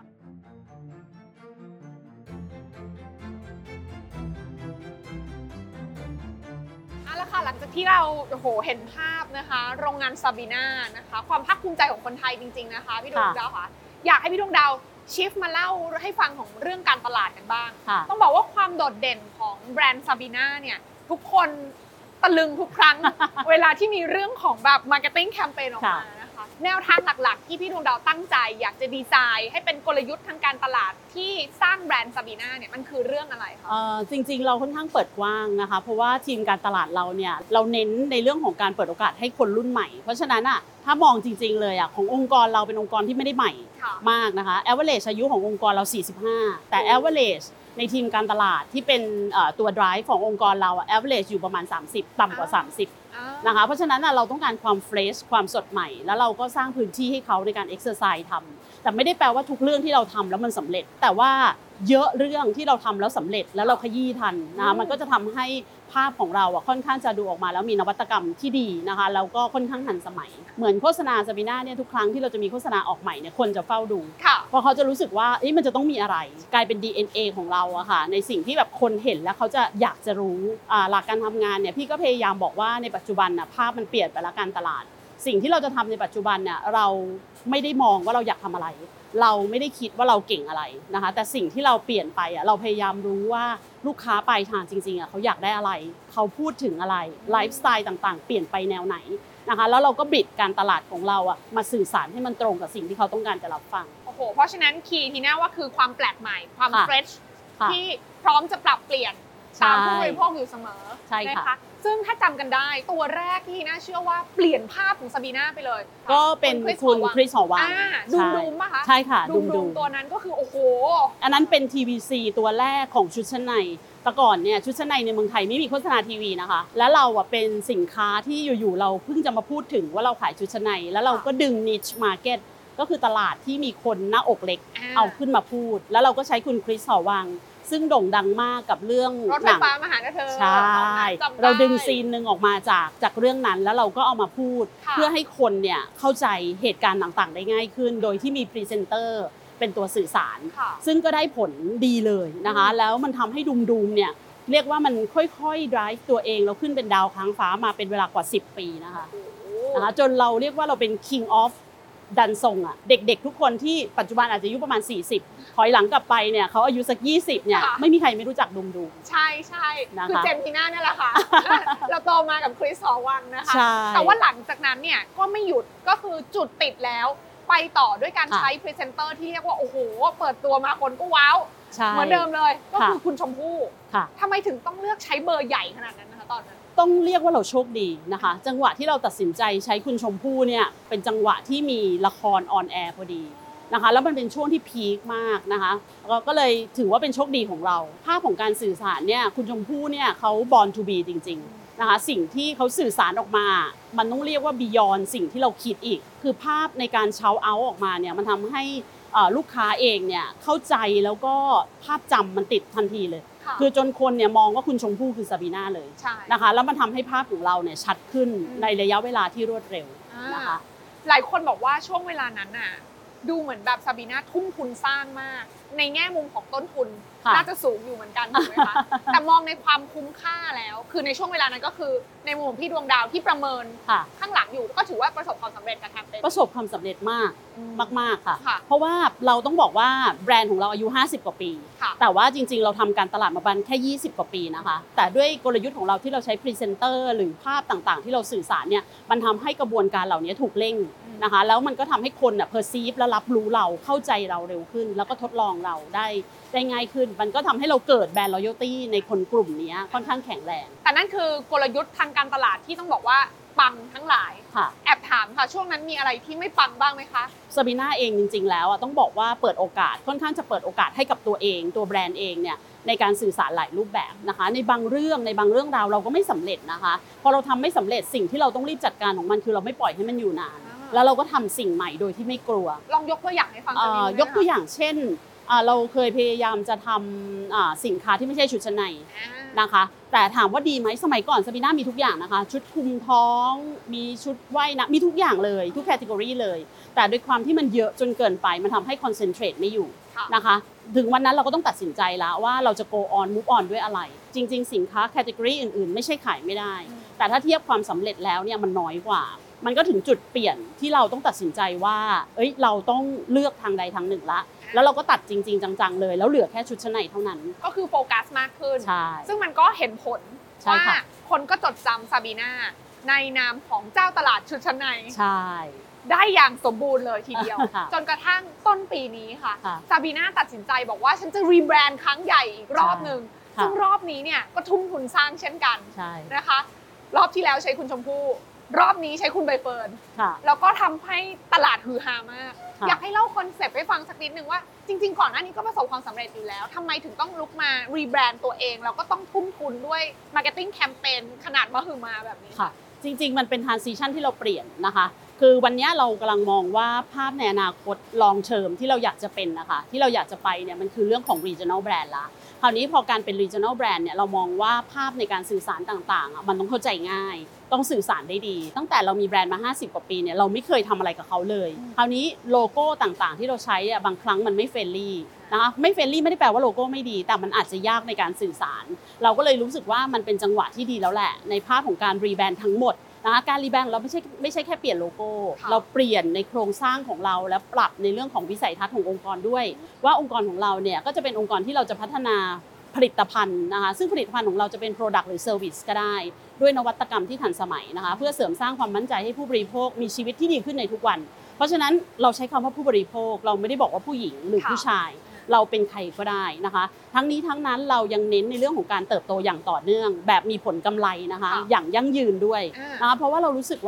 เอาละค่ะหลังจากที่เราโอ้โหเห็นภาพนะคะ โรงงานซาบีนานะคะ ความภาคภูมิใจของคนไทยจริง ๆนะคะพี่ดวงดาวค่ะอยากให้พี่ดวงดาวชิฟมาเล่าให้ฟังของเรื่องการตลาดกันบ้างค่ะต้องบอกว่าความโดดเด่นของแบรนด์ซาบีนาเนี่ยทุกคนตะลึงทุกครั้ง เวลาที่มีเรื่องของแบบมาร์เก็ตติ้งแคมเปญออกมานะคะแนวทางหลักๆ ที่พี่ดวงดาวตั้งใจ อยากจะดีไซน์ให้เป็นกลยุทธ์ทางการตลาดที่สร้างแบรนด์ซาบีนาเนี่ยมันคือเรื่องอะไรคะเอ่อจริงๆ เราค่อนข้างเปิดกว้างนะคะ เพราะว่าทีมการตลาดเราเนี่ยเราเน้นในเรื่องของการเปิดโอกาสให้คนรุ่นใหม่ เพราะฉะนั้นอ่ะถ้ามองจริงๆ เลยอ่ะขององค์กรเราเป็นองค์กรที่ไม่ได้ใหม่ค่ะมากนะคะ average อายุขององค์กรเรา สี่สิบห้า แต่ average ในทีมการตลาดที่เป็นเอ่อตัว drive ขององค์กรเราอ่ะ average อยู่ประมาณ สามสิบ ต่ำกว่า สามสิบอ่านะคะเพราะฉะนั้นน่ะเราต้องการความเฟรชความสดใหม่ แล้วเราก็สร้างพื้นที่ให้เขาในการเอ็กซ์ไซส์ทำแต่ไม่ได้แปลว่าทุกเรื่องที่เราทำแล้วมันสำเร็จ แต่ว่าเยอะเรื่องที่เราทำแล้วสำเร็จแล้วเราขยี้ทันนะคะมันก็จะทำให้ภาพของเราอ่ะค่อนข้างจะดูออกมาแล้วมีนวัตกรรมที่ดีนะคะแล้วก็ค่อนข้างทันสมัย เหมือนโฆษณาซาบีน่าเนี่ยทุกครั้งที่เราจะมีโฆษณาออกใหม่เนี่ยคนจะเฝ้าดูค่ะเพราะเขาจะรู้สึกว่าเอ๊ะมันจะต้องมีอะไร กลายเป็น ดี เอ็น เอ ของเราอะค่ะในสิ่งที่แบบคนเห็นแล้วเขาจะอยากจะรู้อ่าหลักการทำงานเนี่ยพี่ก็พยายามบอกว่าในปัจจุบันน่ะภาพมันเปลี่ยนไปแล้วการตลาด สิ่งที่เราจะทำในปัจจุบันเนี่ยเราไม่ได้มองว่าเราอยากทำอะไร เราไม่ได้คิดว่าเราเก่งอะไรนะคะแต่สิ่งที่เราเปลี่ยนไปอะเราพยายามรู้ว่าลูกค้าปลายทางจริงๆอะเขาอยากได้อะไร เขาพูดถึงอะไรไลฟ์สไตล์ต่างๆ เปลี่ยนไปแนวไหนนะคะแล้วเราก็บิดการตลาดของเราอะมาสื่อสารให้มันตรงกับสิ่งที่เขาต้องการจะรับฟังโอ้โห เพราะฉะนั้นคีย์ที่น่าว่าคือความแปลกใหม่ ความค่ะเฟรชค่ะที่พร้อมจะปรับเปลี่ยนใช่ตามผู้บริโภคอยู่เสมอใช่ค่ะนซึ่งถ้าจำกันได้ตัวแรกที่น่าเชื่อว่าเปลี่ยนภาพของซาบีนาไปเลยก็เป็น Chris คุณ Howard คริสหอวังอ่าดูมดูมป่ะคะใช่ค่ะดูดูมมดูดูมมตัวนั้นก็คือโอ้โหอันนั้นเป็น ที วี ซี ตัวแรกของชุดชั้นในแต่ก่อนเนี่ยชุดชั้นในในเมืองไทยไม่มีโฆษณาทีวีนะคะ แล้วเราอ่ะเป็นสินค้าที่อยู่ๆเราเพิ่งจะมาพูดถึงว่าเราขายชุดชั้นใน แล้วเราก็ดึง niche market ก็คือตลาดที่มีคนหน้าอกเล็กอ่าเอาขึ้นมาพูด แล้วเราก็ใช้คุณคริสหอวังซึ่งโด่งดังมากกับเรื่องรถไฟฟ้ามาหาเธอใช่จำได้เราดึงซีนหนึ่งออกมาจากจากเรื่องนั้นแล้วเราก็เอามาพูดค่ะเพื่อให้คนเนี่ยเข้าใจเหตุการณ์ต่างๆ ได้ง่ายขึ้น โดยที่มีพรีเซนเตอร์เป็นตัวสื่อสารค่ะซึ่งก็ได้ผลดีเลยนะคะอืมแล้วมันทำให้ดุมดุมๆเนี่ยเรียกว่ามันค่อยๆ drive ตัวเองเราขึ้นเป็นดาวค้างฟ้ามาเป็นเวลากว่าสิบปีนะคะโอ้โหนะคะจนเราเรียกว่าเราเป็น king of ดันทรงอ่ะเด็กๆ ทุกคนที่ปัจจุบันอาจจะอายุประมาณสี่สิบถอยหลังกลับไปเนี่ยเขาอายุสักยี่สิบเนี่ยค่ะไม่มีใครไม่รู้จักดุมดุมใช่ใช่นะคะคือเจนทีน่าเนี่ยแหละค่ะ เราโตมากับคริสฮอลวันนะคะใช่แต่ว่าหลังจากนั้นเนี่ยก็ไม่หยุดก็คือจุดติดแล้วไปต่อด้วยการค่ะใช้พรีเซนเตอร์ที่เรียกว่าโอ้โหเปิดตัวมาคนก็ว้าวใช่เหมือนเดิมเลย ก็คือค่ะคุณชมพู่ค่ะทำไมถึงต้องเลือกใช้เบอร์ใหญ่ขนาดนั้นนะคะตอนนั้นต้องเรียกว่าเราโชคดีนะคะ จังหวะที่เราตัดสินใจใช้คุณชมพู่เนี่ยเป็นจังหวะที่มีละครออนแอร์พอดีนะคะแล้วมันเป็นช่วงที่พีคมากนะคะเราก็เลยถือว่าเป็นโชคดีของเรา ภาพของการสื่อสารเนี่ยคุณชมพู่เนี่ยเขา born to be จริงๆนะคะสิ่งที่เขาสื่อสารออกมา มันต้องเรียกว่า beyond สิ่งที่เราคิดอีก คือภาพในการเช้าเอาออกมาเนี่ยมันทำให้เอ่อลูกค้าเองเนี่ยเข้าใจแล้วก็ภาพจำมันติดทันทีเลยค่ะคือจนคนเนี่ยมองว่าคุณชมพู่คือซาบีน่าเลยใช่นะคะแล้วมันทำให้ภาพของเราเนี่ยชัดขึ้นอืมในระยะเวลาที่รวดเร็วอ่านะคะหลายคนบอกว่าช่วงเวลานั้นน่ะดูเหมือนแบบซาบีน่าทุ่มทุนสร้างมาก ในแง่มุมของต้นทุนค่ะน่าจะสูงอยู่เหมือนกันถูกไหมคะ แต่มองในความคุ้มค่าแล้ว คือในช่วงเวลานั้นก็คือในมุมของพี่ดวงดาวที่ประเมินค่ะข้างหลังอยู่ก็ถือว่าประสบความสำเร็จกับแคมเปญประสบความสำเร็จมากอืมากๆค่ะค่ะเพราะว่าเราต้องบอกว่าแบรนด์ของเราอายุห้าสิบกว่าปีค่ะแต่ว่าจริงๆ เราทำการตลาดมาบันแค่ยี่สิบกว่าปีนะคะ แต่ด้วยกลยุทธ์ของเราที่เราใช้พรีเซนเตอร์หรือภาพต่างๆ ที่เราสื่อสารเนี่ยมันทำให้กระบวนการเหล่านี้ถูกเร่งนะคะแล้วมันก็ทำให้คนอ่ะ perceive และรับรู้เราเข้าใจเราเร็วขึ้น แล้วก็ทดลองเราได้ได้ง่ายขึ้น มันก็ทำให้เราเกิดแบรนด์ loyalty ในคนกลุ่มนี้ค่อนข้างแข็งแรงแต่นั่นคือกลยุทธ์ทางการตลาดที่ต้องบอกว่าปังทั้งหลายค่ะแอบถามค่ะช่วงนั้นมีอะไรที่ไม่ปังบ้างไหมคะซาบีน่าเองจริงๆแล้วอะต้องบอกว่าเปิดโอกาสค่อนข้างจะเปิดโอกาสให้กับตัวเอง ตัวแบรนด์เองเนี่ยในการสื่อสารหลายรูปแบบนะคะ ในบางเรื่องในบางเรื่องราวเราก็ไม่สำเร็จนะคะพอเราทำไม่สำเร็จสิ่งที่เราต้องรีบจัดการของมันคือเราไม่ปล่อยให้มันอยู่นานอ่าแล้วเราก็ทำสิ่งใหม่โดยที่ไม่กลัวลองยกตัวอย่างให้ฟังเอ่สักนิดอนึงยกตัวได้ไหมคะอย่างเช่นอ่าเราเคยพยายามจะทำอ่าสินค้าที่ไม่ใช่ชุดชั้นในอ่านะคะแต่ถามว่าดีไหมสมัยก่อนซาบีน่ามีทุกอย่างนะคะชุดคลุมท้องมีชุดว่ายน้ำมีทุกอย่างเลยทุกแคตตากรีเลย แต่ด้วยความที่มันเยอะจนเกินไปมันทำให้คอนเซนเทรตไม่อยู่ค่ะนะคะถึงวันนั้นเราก็ต้องตัดสินใจแล้วว่าเราจะ go on move on ด้วยอะไร จริง ๆ สินค้าแคตตากรีอื่นๆ ไม่ใช่ขายไม่ได้อืมแต่ถ้าเทียบความสำเร็จแล้วเนี่ยมันน้อยกว่า มันก็ถึงจุดเปลี่ยนที่เราต้องตัดสินใจว่าเอ้ยเราต้องเลือกทางใดทางหนึ่งละแล้วเราก็ตัดจริง ๆ จังๆเลย แล้วเหลือแค่ชุดชั้นในเท่านั้นก็คือโฟกัสมากขึ้นใช่ซึ่งมันก็เห็นผลใช่ว่าค่ะคนก็จดจำซาบีนาในนามของเจ้าตลาดชุดชั้นในใช่ได้อย่างสมบูรณ์เลยทีเดียวค่ะจนกระทั่งต้นปีนี้ค่ะค่ะซาบีนาตัดสินใจบอกว่าฉันจะรีแบรนด์ครั้งใหญ่อีกรอบหนึ่งค่ะซึ่งรอบนี้เนี่ยก็ทุ่มทุนสร้างเช่นกันใช่นะคะ รอบที่แล้วใช้คุณชมพู่รอบนี้ใช้คุณใบเฟิร์นค่ะแล้วก็ทำให้ตลาดฮือฮามากค่ะอยากให้เล่าคอนเซปต์ให้ฟังสักนิดนึงว่าจริงๆ ก่อนหน้านี้ก็ประสบความสำเร็จอยู่แล้วทำไมถึงต้องลุกมารีแบรนด์ตัวเองแล้วก็ต้องทุ่มทุนด้วยมาร์เก็ตติ้งแคมเปญขนาดมหึมาแบบนี้ค่ะ จริงๆ มันเป็น transition ที่เราเปลี่ยนนะคะ คือวันนี้เรากำลังมองว่าภาพในอนาคต long term ที่เราอยากจะเป็นนะคะที่เราอยากจะไปเนี่ยมันคือเรื่องของ regional brand ละคราวนี้พอการเป็น regional brand เนี่ยเรามองว่าภาพในการสื่อสารต่างๆอ่ะมันต้องเข้าใจง่าย ต้องสื่อสารได้ดี ตั้งแต่เรามีแบรนด์มาห้าสิบกว่าปีเนี่ยเราไม่เคยทำอะไรกับเขาเลยอืมคราวนี้โลโก้ต่างๆ ที่เราใช้อ่ะบางครั้งมันไม่เฟรนลี่นะคะไม่เฟรนลี่ไม่ได้แปลว่าโลโก้ไม่ดี แต่มันอาจจะยากในการสื่อสาร เราก็เลยรู้สึกว่ามันเป็นจังหวะที่ดีแล้วแหละในภาพของการรีแบรนด์ทั้งหมดนะคะการรีแบรนด์เราไม่ใช่ไม่ใช่แค่เปลี่ยนโลโก้ค่ะเราเปลี่ยนในโครงสร้างของเราและปรับในเรื่องของวิสัยทัศน์ขององค์กรด้วย ว่าองค์กรของเราเนี่ยก็จะเป็นองค์กรที่เราจะพัฒนาผลิตภัณฑ์นะคะซึ่งผลิตภัณฑ์ของเราจะเป็น Product หรือ Service ก็ได้ ด้วยนวัตกรรมที่ทันสมัยนะคะเพื่อเสริมสร้างความมั่นใจให้ผู้บริโภคมีชีวิตที่ดีขึ้นในทุกวัน เพราะฉะนั้นเราใช้คำว่าผู้บริโภคเราไม่ได้บอกว่าผู้หญิงหรือค่ะผู้ชาย เราเป็นใครก็ได้นะคะ ทั้งนี้ทั้งนั้นเรายังเน้นในเรื่องของการเติบโตอย่างต่อเนื่อง แบบมีผลกำไรนะคะค่ะอย่างยั่งยืนด้วยอ่านนะคะเพราะว่าเรารู้สึกว่า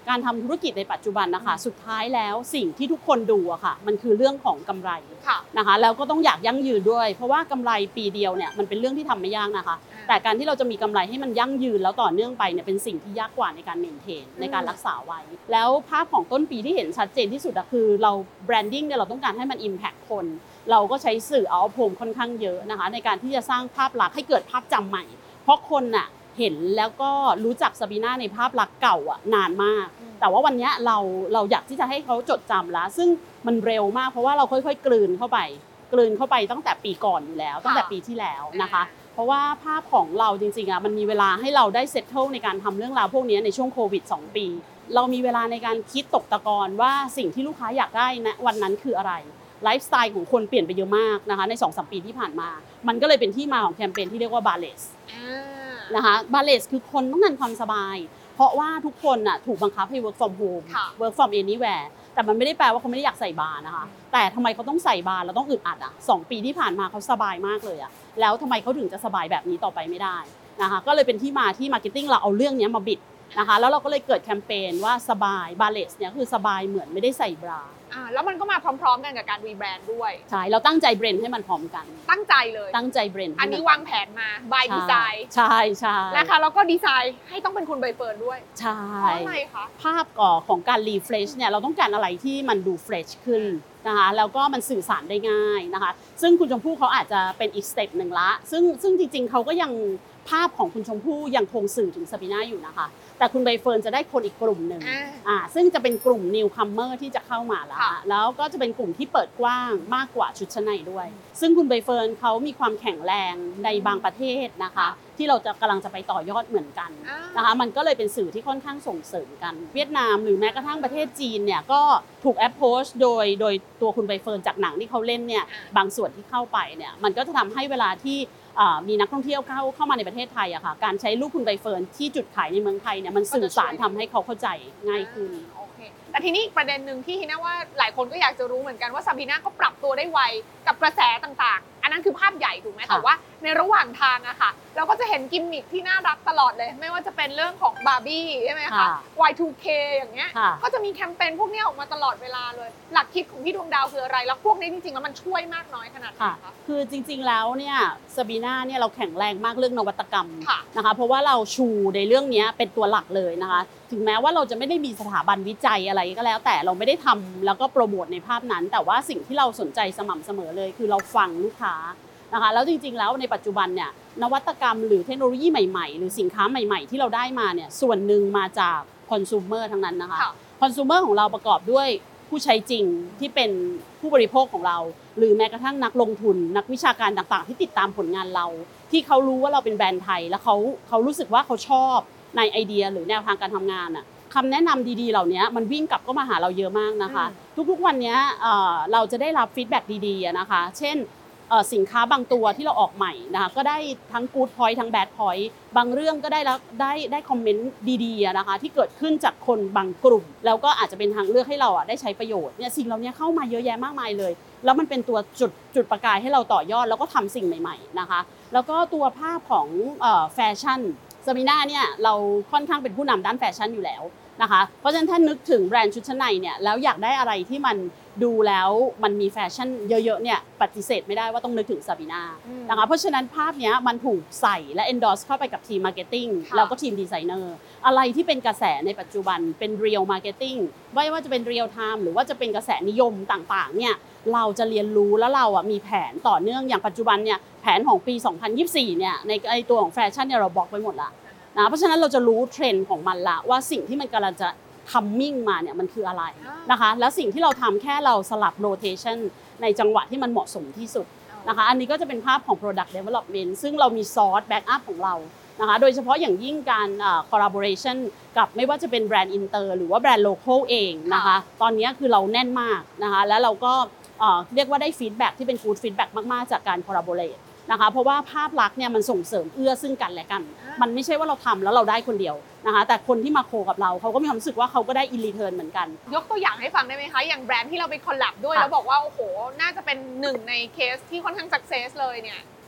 การทำธุรกิจในปัจจุบันนะคะสุดท้ายแล้วสิ่งที่ทุกคนดูอะค่ะมันคือเรื่องของกำไรนะคะแล้วก็ต้องอยากยั่งยืนด้วยเพราะว่ากำไรปีเดียวเนี่ยมันเป็นเรื่องที่ทำไม่ยากนะคะแต่การที่เราจะมีกำไรให้มันยั่งยืนแล้วต่อเนื่องไปเนี่ยเป็นสิ่งที่ยากกว่าในการเมนเทนในการรักษาไว้แล้วภาพของต้นปีที่เห็นชัดเจนที่สุดอะคือเราแบรนดิ้งเนี่ยเราต้องการให้มัน impact คนเราก็ใช้สื่อเอาโพมค่อนข้างเยอะนะคะในการที่จะสร้างภาพลักษณ์ให้เกิดภาพจำใหม่เพราะคนน่ะเห็นแล้วก็รู้จักซาบีน่าในภาพลักษณ์เก่าอ่ะนานมากแต่ว่าวันนี้เราเราอยากที่จะให้เขาจดจำแล้วซึ่งมันเร็วมากเพราะว่าเราค่อยๆกลืนเข้าไปกลืนเข้าไปตั้งแต่ปีก่อนอยู่แล้วตั้งแต่ปีที่แล้วนะคะเพราะว่าภาพของเราจริงๆอ่ะมันมีเวลาให้เราได้เซตเทิลในการทำเรื่องราวพวกนี้ในช่วงโควิดสองปีเรามีเวลาในการคิดตกตะกอนว่าสิ่งที่ลูกค้าอยากได้นะวันนั้นคืออะไรไลฟ์สไตล์ของคนเปลี่ยนไปเยอะมากนะคะใน สองถึงสาม ปีที่ผ่านมามันก็เลยเป็นที่มาของแคมเปญที่เรียกว่าบาเลสนะคะบาเลสคือคนต้องการความสบายเพราะว่าทุกคนน่ะถูกบังคับให้ work from home work from anywhere แต่มันไม่ได้แปลว่าเขาไม่ได้อยากใส่บาร์นะคะแต่ทำไมเขาต้องใส่บาร์แล้วต้องอึดอัดอ่ะสองปีที่ผ่านมาเขาสบายมากเลยอ่ะแล้วทำไมเขาถึงจะสบายแบบนี้ต่อไปไม่ได้นะคะก็เลยเป็นที่มาที่ marketing เราเอาเรื่องนี้มาบิดนะคะแล้วเราก็เลยเกิดแคมเปญว่าสบายบาเลสเนี่ยคือสบายเหมือนไม่ได้ใส่บราอ่าแล้วมันก็มาพร้อมๆกันกับการรีแบรนด์ด้วยใช่เราตั้งใจเบรนด์ให้มันพร้อมกันตั้งใจเลยตั้งใจเบรนด์อันนี้วางแผนมา by design ใช่ใช่นะคะแล้วก็ดีไซน์ให้ต้องเป็นคุณใบเฟิร์นด้วยใช่เพราะอะไรคะภาพก่อของการรีเฟรชเนี่ยเราต้องการอะไรที่มันดูเฟรชขึ้นนะคะแล้วก็มันสื่อสารได้ง่ายนะคะซึ่งคุณชมพู่เขาอาจจะเป็นอีกสเต็ปหนึ่งละซึ่งซึ่งจริงๆเขาก็ยังภาพของคุณชมพู่ยังคงสื่อถึงซาบีน่าอยู่นะคะแต่คุณใบเฟิร์นจะได้คนอีกกลุ่มหนึ่งอ่าซึ่งจะเป็นกลุ่มนิวคัมเมอร์ที่จะเข้ามาแล้วแล้วก็จะเป็นกลุ่มที่เปิดกว้างมากกว่าชุดชั้นในด้วยซึ่งคุณใบเฟิร์นเขามีความแข็งแรงในบางประเทศนะคะที่เราจะกำลังจะไปต่อยอดเหมือนกันนะคะมันก็เลยเป็นสื่อที่ค่อนข้างส่งเสริมกันเวียดนามหรือแม้กระทั่งประเทศจีนเนี่ยก็ถูกแอปโพสโดยโดยตัวคุณใบเฟิร์นจากหนังที่เขาเล่นเนี่ยบางส่วนที่เข้าไปเนี่ยมันก็จะทำให้เวลาที่มีนักท่องเที่ยวเข้าเข้ามาในประเทศไทยอะค่ะการใช้รูปคุณใบเฟิร์นที่จุดขายในเมืองไทยเนี่ยมันสื่อสารทำให้เขาเข้าใจง่ายขึ้นโอเคแต่ทีนี้อีกประเด็นหนึ่งที่ฮิน่าว่าหลายคนก็อยากจะรู้เหมือนกันว่าซาบีน่าก็ปรับตัวได้ไวกับกระแสต่างๆอันนั้นคือภาพใหญ่ถูกไหมแต่ว่าในระหว่างทางอะค่ะเราก็จะเห็นกิมมิคที่น่ารักตลอดเลยไม่ว่าจะเป็นเรื่องของบาร์บี้ใช่ไหมคะ วาย ทู เค อย่างเงี้ยก็จะมีแคมเปญพวกนี้ออกมาตลอดเวลาเลยหลักคิดของพี่ดวงดาวคืออะไรแล้วพวกนี้จริงๆแล้วมันช่วยมากน้อยขนาดไหนคะคือจริงๆแล้วเนี่ยซาบีน่าเนี่ยเราแข็งแรงมากเรื่องนวัตกรรมนะคะเพราะว่าเราชูในเรื่องนี้เป็นตัวหลักเลยนะคะถึงแม้ว่าเราจะไม่ได้มีสถาบันวิจัยอะไรก็แล้วแต่เราไม่ได้ทำแล้วก็โปรโมทในภาพนั้นแต่ว่าสิ่งที่เราสนใจสม่ำเสมอเลยคือเราฟังลูกค้านะคะแล้วจริงๆแล้วในปัจจุบันเนี่ยนวัตกรรมหรือเทคโนโลยีใหม่ๆหรือสินค้าใหม่ๆที่เราได้มาเนี่ยส่วนหนึ่งมาจากคอน sumer ทั้งนั้นนะคะคอน sumer ของเราประกอบด้วยผู้ใช้จริงที่เป็นผู้บริโภคของเราหรือแม้กระทั่งนักลงทุนนักวิชาการต่างๆที่ติดตามผลงานเราที่เขารู้ว่าเราเป็นแบรนด์ไทยแล้วเขาเขารู้สึกว่าเขาชอบในไอเดียหรือแนวทางการทำงานอ่ะคำแนะนำดีๆเหล่านี้มันวิ่งกลับก็มาหาเราเยอะมากนะคะทุกๆวันนี้เราจะได้รับฟีดแบ็กดีๆนะคะเช่นสินค้าบางตัวที่เราออกใหม่นะคะก็ได้ทั้ง good point ทั้ง bad point บางเรื่องก็ได้แล้วได้ได้คอมเมนต์ดีๆนะคะที่เกิดขึ้นจากคนบางกลุ่มแล้วก็อาจจะเป็นทางเลือกให้เราอ่ะได้ใช้ประโยชน์เนี่ยสิ่งเหล่านี้เข้ามาเยอะแยะมากมายเลยแล้วมันเป็นตัวจุดจุดประกายให้เราต่อยอดแล้วก็ทำสิ่งใหม่ๆนะคะแล้วก็ตัวภาพของแฟชั่นซาบีน่าเนี่ยเราค่อนข้างเป็นผู้นำด้านแฟชั่นอยู่แล้วนะคะเพราะฉะนั้นถ้านึกถึงแบรนด์ชุดชั้นในเนี่ยแล้วอยากได้อะไรที่มันดูแล้วมันมีแฟชั่นเยอะๆเนี่ยปฏิเสธไม่ได้ว่าต้องนึกถึงซาบีน่านะคะเพราะฉะนั้นภาพนี้มันถูกใส่และ endorse เข้าไปกับทีม marketing แล้วก็ทีมดีไซเนอร์อะไรที่เป็นกระแสในปัจจุบันเป็น real marketing ไม่ว่าจะเป็น real time หรือว่าจะเป็นกระแสนิยมต่างๆเนี่ยเราจะเรียนรู้แล้วเราอ่ะมีแผนต่อเนื่องอย่างปัจจุบันเนี่ยแผนของปีสองพันยี่สิบสี่เนี่ยในไอตัวของแฟชั่นเนี่ยเราบอกไว้หมดละนะเพราะฉะนั้นเราจะรู้เทรนด์ของมันละว่าสิ่งที่มันกำลังจะทัมมิ่งมาเนี่ยมันคืออะไรนะคะแล้วสิ่งที่เราทำแค่เราสลับโรเทชันในจังหวะที่มันเหมาะสมที่สุดนะคะอันนี้ก็จะเป็นภาพของ product development ซึ่งเรามีซอสแบ็กอัพของเรานะคะโดยเฉพาะอย่างยิ่งการ collaboration กับไม่ว่าจะเป็นแบรนด์อินเตอร์หรือว่าแบรนด์โลคอลเองนะคะตอนนี้คือเราแน่นมากนะคะแล้วเราก็เรียกว่าได้ฟีดแบ็กที่เป็น good feedback มากๆจากการ collaborateนะคะเพราะว่าภาพลักษณ์เนี่ยมันส่งเสริมเอื้อซึ่งกันและกันมันไม่ใช่ว่าเราทำแล้วเราได้คนเดียวนะคะแต่คนที่มาโคกับเราเขาก็มีความรู้สึกว่าเขาก็ได้อินรีเทิร์นเหมือนกันยกตัวอย่างให้ฟังได้ไหมคะอย่างแบรนด์ที่เราไปคอลแลบด้วยแล้วบอกว่าโอ้โหน่าจะเป็นหนึ่งในเคสที่ค่อนข้างสักเซสเลยเนี่ย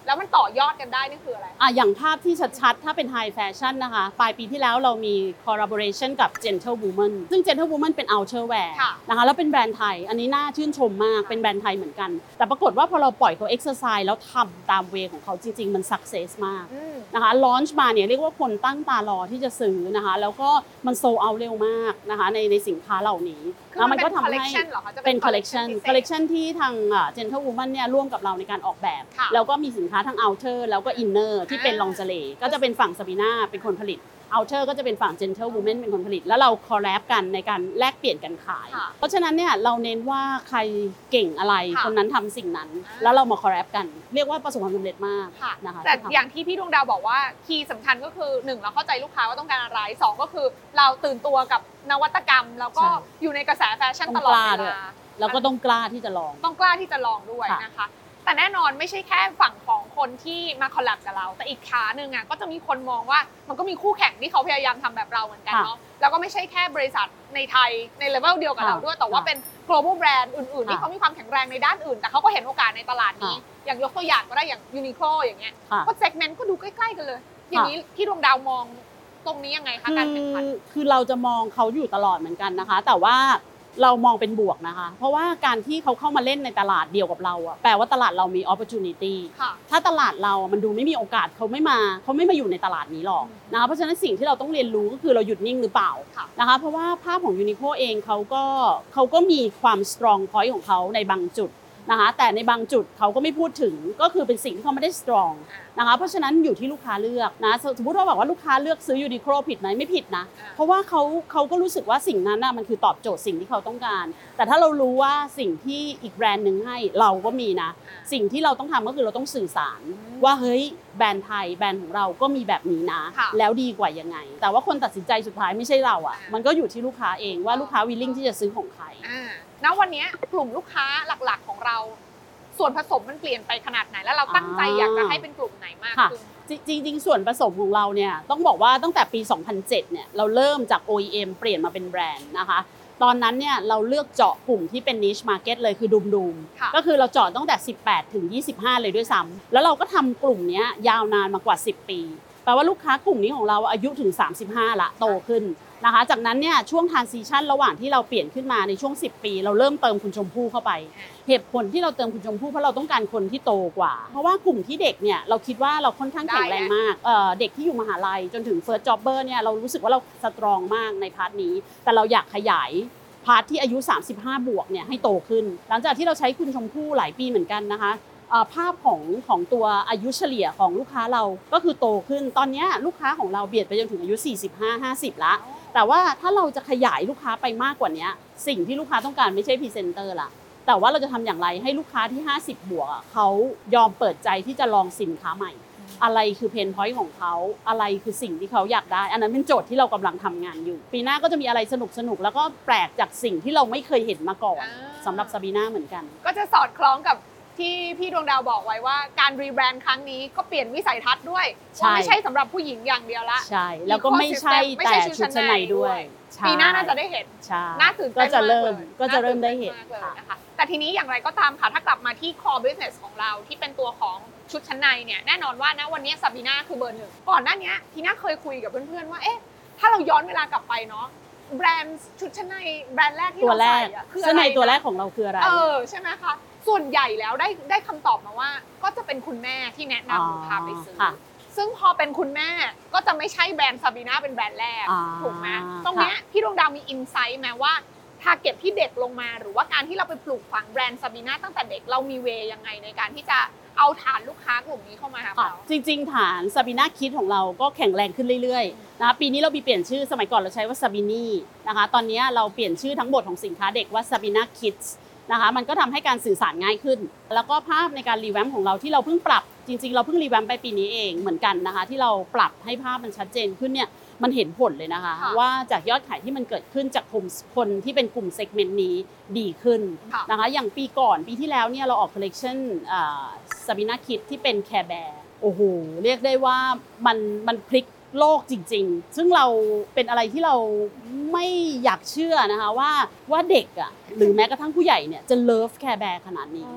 แล้วมันต่อยอดกันได้นี่คืออะไรอ่ะอย่างภาพที่ชัดๆ ถ้าเป็น High Fashion นะคะปลายปีที่แล้วเรามี collaboration กับ Gentle Woman ซึ่ง Gentle Woman เป็น outerwear ค่ะนะคะแล้วเป็นแบรนด์ไทยอันนี้น่าชื่นชมมากเป็นแบรนด์ไทยเหมือนกัน แต่ปรากฏว่าพอเราปล่อยเขา exercise แล้วทำตามเวของเขาจริงๆ มัน success มากอืมนะคะลอนช์มาเนี่ยเรียกว่าคนตั้งตารอที่จะซื้อนะคะแล้วก็มันโซเอาเร็วมากนะคะในในสินค้าเหล่านี้คือแล้วมัมัน นเป็ก็นทำ collection ให้เหรอคะจะเป็น collection collection พิเศษ collection ที่ทางอ่า Gentle Woman เนี่ยร่วมกับเราในการออกแบบค่ะแล้วก็มีสินค้าทั้ง outer แล้วก็ inner ที่เป็น lingerie ก็จะเป็นฝั่ง Sabina เป็นคนผลิต outer ก็จะเป็นฝั่ง Gentle Woman เป็นคนผลิต แล้วเราคอลแลบกันในการแลกเปลี่ยนกันขายค่ะเพราะฉะนั้นเนี่ยเราเน้นว่าใครเก่งอะไรค่ะคนนั้นทำสิ่งนั้นอ่าแล้วเรามาคอลแลบกัน เรียกว่าประสบความสำเร็จมากค่ะนะคะแต่ที่ทำอย่างที่พี่ดวงดาวบอกว่าคีย์สำคัญก็คือหนึ่งเราเข้าใจลูกค้าว่าต้องการอะไรสองก็คือเราตื่นตัวกับนวัตกรรม แล้วก็ใช่อยู่ในกระแสแฟชั่นต้ตองลอดกล้าเวด้วยลาแล้วก็ต้องกล้าที่จะลองต้องกล้าที่จะลองด้วยค่ะนะคะ แต่แน่นอนไม่ใช่แค่ฝั่งของคนที่มาคอลแลบกับเรา แต่อีกขาหนึ่งอ่ะก็จะมีคนมองว่ามันก็มีคู่แข่งที่เขาพยายามทำแบบเราเหมือนกันเนาะแล้วก็ไม่ใช่แค่บริษัทในไทยในเลเวลเดียวกับเราด้วย แต่ว่าเป็น global brand อื่นๆ ที่เขามีความแข็งแรงในด้านอื่น แต่เขาก็เห็นโอกาสในตลาดนี้ อย่างยกตัวอย่างก็ได้อย่าง Uniqlo อย่างเงี้ยค่ะก็เซกเมนต์ก็ดูใกล้ๆกันเลย อย่างนี้พี่ดวงดาวมองตรงนี้ยังไงคะการแข่งขันคือคือเราจะมองเขาอยู่ตลอดเหมือนกันนะคะ แต่ว่าเรามองเป็นบวกนะคะ เพราะว่าการที่เขาเข้ามาเล่นในตลาดเดียวกับเราอะแปลว่าตลาดเรามี opportunity ค่ะถ้าตลาดเรามันดูไม่มีโอกาสเขาไม่มาเขาไม่มาอยู่ในตลาดนี้หรอกนะคะเพราะฉะนั้นสิ่งที่เราต้องเรียนรู้ก็คือเราหยุดนิ่งหรือเปล่าค่ะนะคะเพราะว่าภาพของ Uniqlo เองเขาก็เขาก็มีความ strong point ของเขาในบางจุดนะคะแต่ในบางจุดเขาก็ไม่พูดถึงก็คือเป็นสิ่งที่เขาไม่ได้ strong นะคะเพราะฉะนั้นอยู่ที่ลูกค้าเลือกนะสมมติว่าบอกว่าลูกค้าเลือกซื้อ Uniqlo ผิดไหมไม่ผิดนะอ่าเพราะว่าเขาเขาก็รู้สึกว่าสิ่งนั้นน่ะมันคือตอบโจทย์สิ่งที่เขาต้องการ แต่ถ้าเรารู้ว่าสิ่งที่อีกแบรนด์หนึ่งให้เราก็มีนะ สิ่งที่เราต้องทำก็คือเราต้องสื่อสาร ว่าเฮ้ยแบรนด์ไทยแบรนด์ของเราก็มีแบบนี้นะค่ะแล้วดีกว่ายังไง แต่ว่าคนตัดสินใจสุดท้ายไม่ใช่เราอ่ะอ่ามัมันก็อยู่ที่ลูกค้าเองว่าลูกค้า willing ที่จะซื้อของใครอ่าณวันนี้กลุ่มลูกค้าหลักๆของเรา ส่วนผสมมันเปลี่ยนไปขนาดไหน แล้วเราตั้งใจอยากจะให้เป็นกลุ่มไหนมากค่ะขึ้นจริงๆ ส่วนผสมของเราเนี่ยต้องบอกว่าตั้งแต่ปี สองพันเจ็ด เนี่ยเราเริ่มจาก โอ อี เอ็ม เปลี่ยนมาเป็นแบรนด์นะคะ ตอนนั้นเนี่ยเราเลือกเจาะกลุ่มที่เป็น niche market เลยคือดุมค่ะๆก็คือเราเจาะตั้งแต่ สิบแปดถึงยี่สิบห้า เลยด้วยซ้ำแล้วเราก็ทำกลุ่มเนี้ยยาวนานมากว่า สิบ ปี แปลว่าลูกค้ากลุ่มนี้ของเราอายุถึง สามสิบห้า ละโตขึ้นนะคะจากนั้นเนี่ยช่วง transition ระหว่างที่เราเปลี่ยนขึ้นมาในช่วง สิบ ปี เราเริ่มเติมคุณชมพู่เข้าไป เหตุผลที่เราเติมคุณชมพู่เพราะเราต้องการคนที่โตกว่า เพราะว่ากลุ่มที่เด็กเนี่ยเราคิดว่าเราค่อนข้างแข็งแรงมากเอ่อเด็กที่อยู่มหาลัยจนถึง first jobber เนี่ยเรารู้สึกว่าเราสตรองมากในพาร์ทนี้ แต่เราอยากขยายพาร์ทที่อายุ สามสิบห้า บวกเนี่ยให้โตขึ้น หลังจากที่เราใช้คุณชมพู่หลายปีเหมือนกันนะคะเอ่อภาพของของตัวอายุเฉลี่ยของลูกค้าเราก็คือโตขึ้น ตอนเนี้ยลูกค้าของเราเบียดไปจนถึงอายุ สี่สิบห้า ห้าสิบ ละ แต่ว่าถ้าเราจะขยายลูกค้าไปมากกว่านี้สิ่งที่ลูกค้าต้องการไม่ใช่พรีเซนเตอร์ละแต่ว่าเราจะทำอย่างไรให้ลูกค้าที่ห้าสิบบวกอะเขายอมเปิดใจที่จะลองสินค้าใหม่ อะไรคือเพนพอยต์ของเขาอะไรคือสิ่งที่เขาอยากได้ อันนั้นเป็นโจทย์ที่เรากำลังทำงานอยู่ ปีหน้าก็จะมีอะไรสนุกสนุกๆแล้วก็แปลกจากสิ่งที่เราไม่เคยเห็นมาก่อนอ่าสำหรับซาบีน่าเหมือนกันก็จะสอดคล้องกับที่พี่ดวงดาวบอกไว้ว่าการรีแบรนด์ครั้งนี้ก็เปลี่ยนวิสัยทัศน์ด้วยใช่ว่าไม่ใช่สำหรับผู้หญิงอย่างเดียวละใช่แล้วก็ไม่ใช่ไม่แต่ใช่ชุชุดดชั้ชั้นนในในด้ด้ววย ยใช่ปีหน้าน่าจะได้เห็นใช่น่าตื่นเต้นก็จะเริ่มากลยก็จะเริ่มได้เห็นาตื่ต้มากเลยค่ะนะคะแต่ทีนี้อย่างไรก็ตามค่ะถ้ากลับมาที่ core business ของเราที่เป็นตัวของชุดชั้นในเนี่ยแน่นอนว่านะวันนี้ซาบีน่าคือเบอร์หนึ่งก่อนหน้านี้ทีน่าเคยคุยกับเพื่อนๆว่าเอ๊ะถ้าเราย้อนเวลากลับไปเนาะแบรนด์ชุดชั้นในแบรนด์แรกที่ตัวเราแรใส่กอะคือเสื้อะอไรในตัวแรกนะของเราคืออะไรเออใช่ไหมคะส่วนใหญ่แล้วได้ได้คำตอบมาว่าก็จะเป็นคุณแม่ที่แนะนำหรือพาไปซื้อค่ะซึ่งพอเป็นคุณแม่ก็จะไม่ใช่แบรนด์ซาบีน่าเป็นแบรนด์แรกอ่าถูกไหมตรงเนี้ยพี่ดวงดาวมีอินไซต์ไหมว่าทาร์เก็ตที่เด็กลงมาหรือว่าการที่เราไปปลูกฝังแบรนด์ซาบีน่าตั้งแต่เด็กเรามีเวย์ยังไงในการที่จะเอาฐานลูกค้ากลุ่มนี้เข้ามาหาค่ะเราจริงๆ ฐานซาบีน่าคิดของเราก็แข็งแรงขึ้นเรื่อยๆนะคะปีนี้เรามีเปลี่ยนชื่อสมัยก่อนเราใช้ว่าซาบินี่นะคะตอนนี้เราเปลี่ยนชื่อทั้งหมดของสินค้าเด็กว่าซาบีน่าคิดส์นะคะมันก็ทำให้การสื่อสารง่ายขึ้น แล้วก็ภาพในการรีแวมป์ของเราที่เราเพิ่งปรับจริงๆ เราเพิ่งรีแวมป์ไปปีนี้เองเหมือนกันนะคะที่เราปรับให้ภาพมันชัดเจนขึ้นเนี่ยมันเห็นผลเลยนะคะค่ะว่าจากยอดขายที่มันเกิดขึ้นจากกลุ่มคนที่เป็นกลุ่มเซกเมนต์นี้ดีขึ้นค่ะนะคะอย่างปีก่อนปีที่แล้วเนี่ยเราออกคอลเลกชันซาบีน่าคิดที่เป็นแคร์แบร์โอ้โหเรียกได้ว่ามันมันพลิกโลกจริงๆ ซึ่งเราเป็นอะไรที่เราไม่อยากเชื่อนะคะว่าว่าเด็กอ่ะหรือแม้กระทั่งผู้ใหญ่เนี่ยจะเลิฟแคร์แบร์ขนาดนี้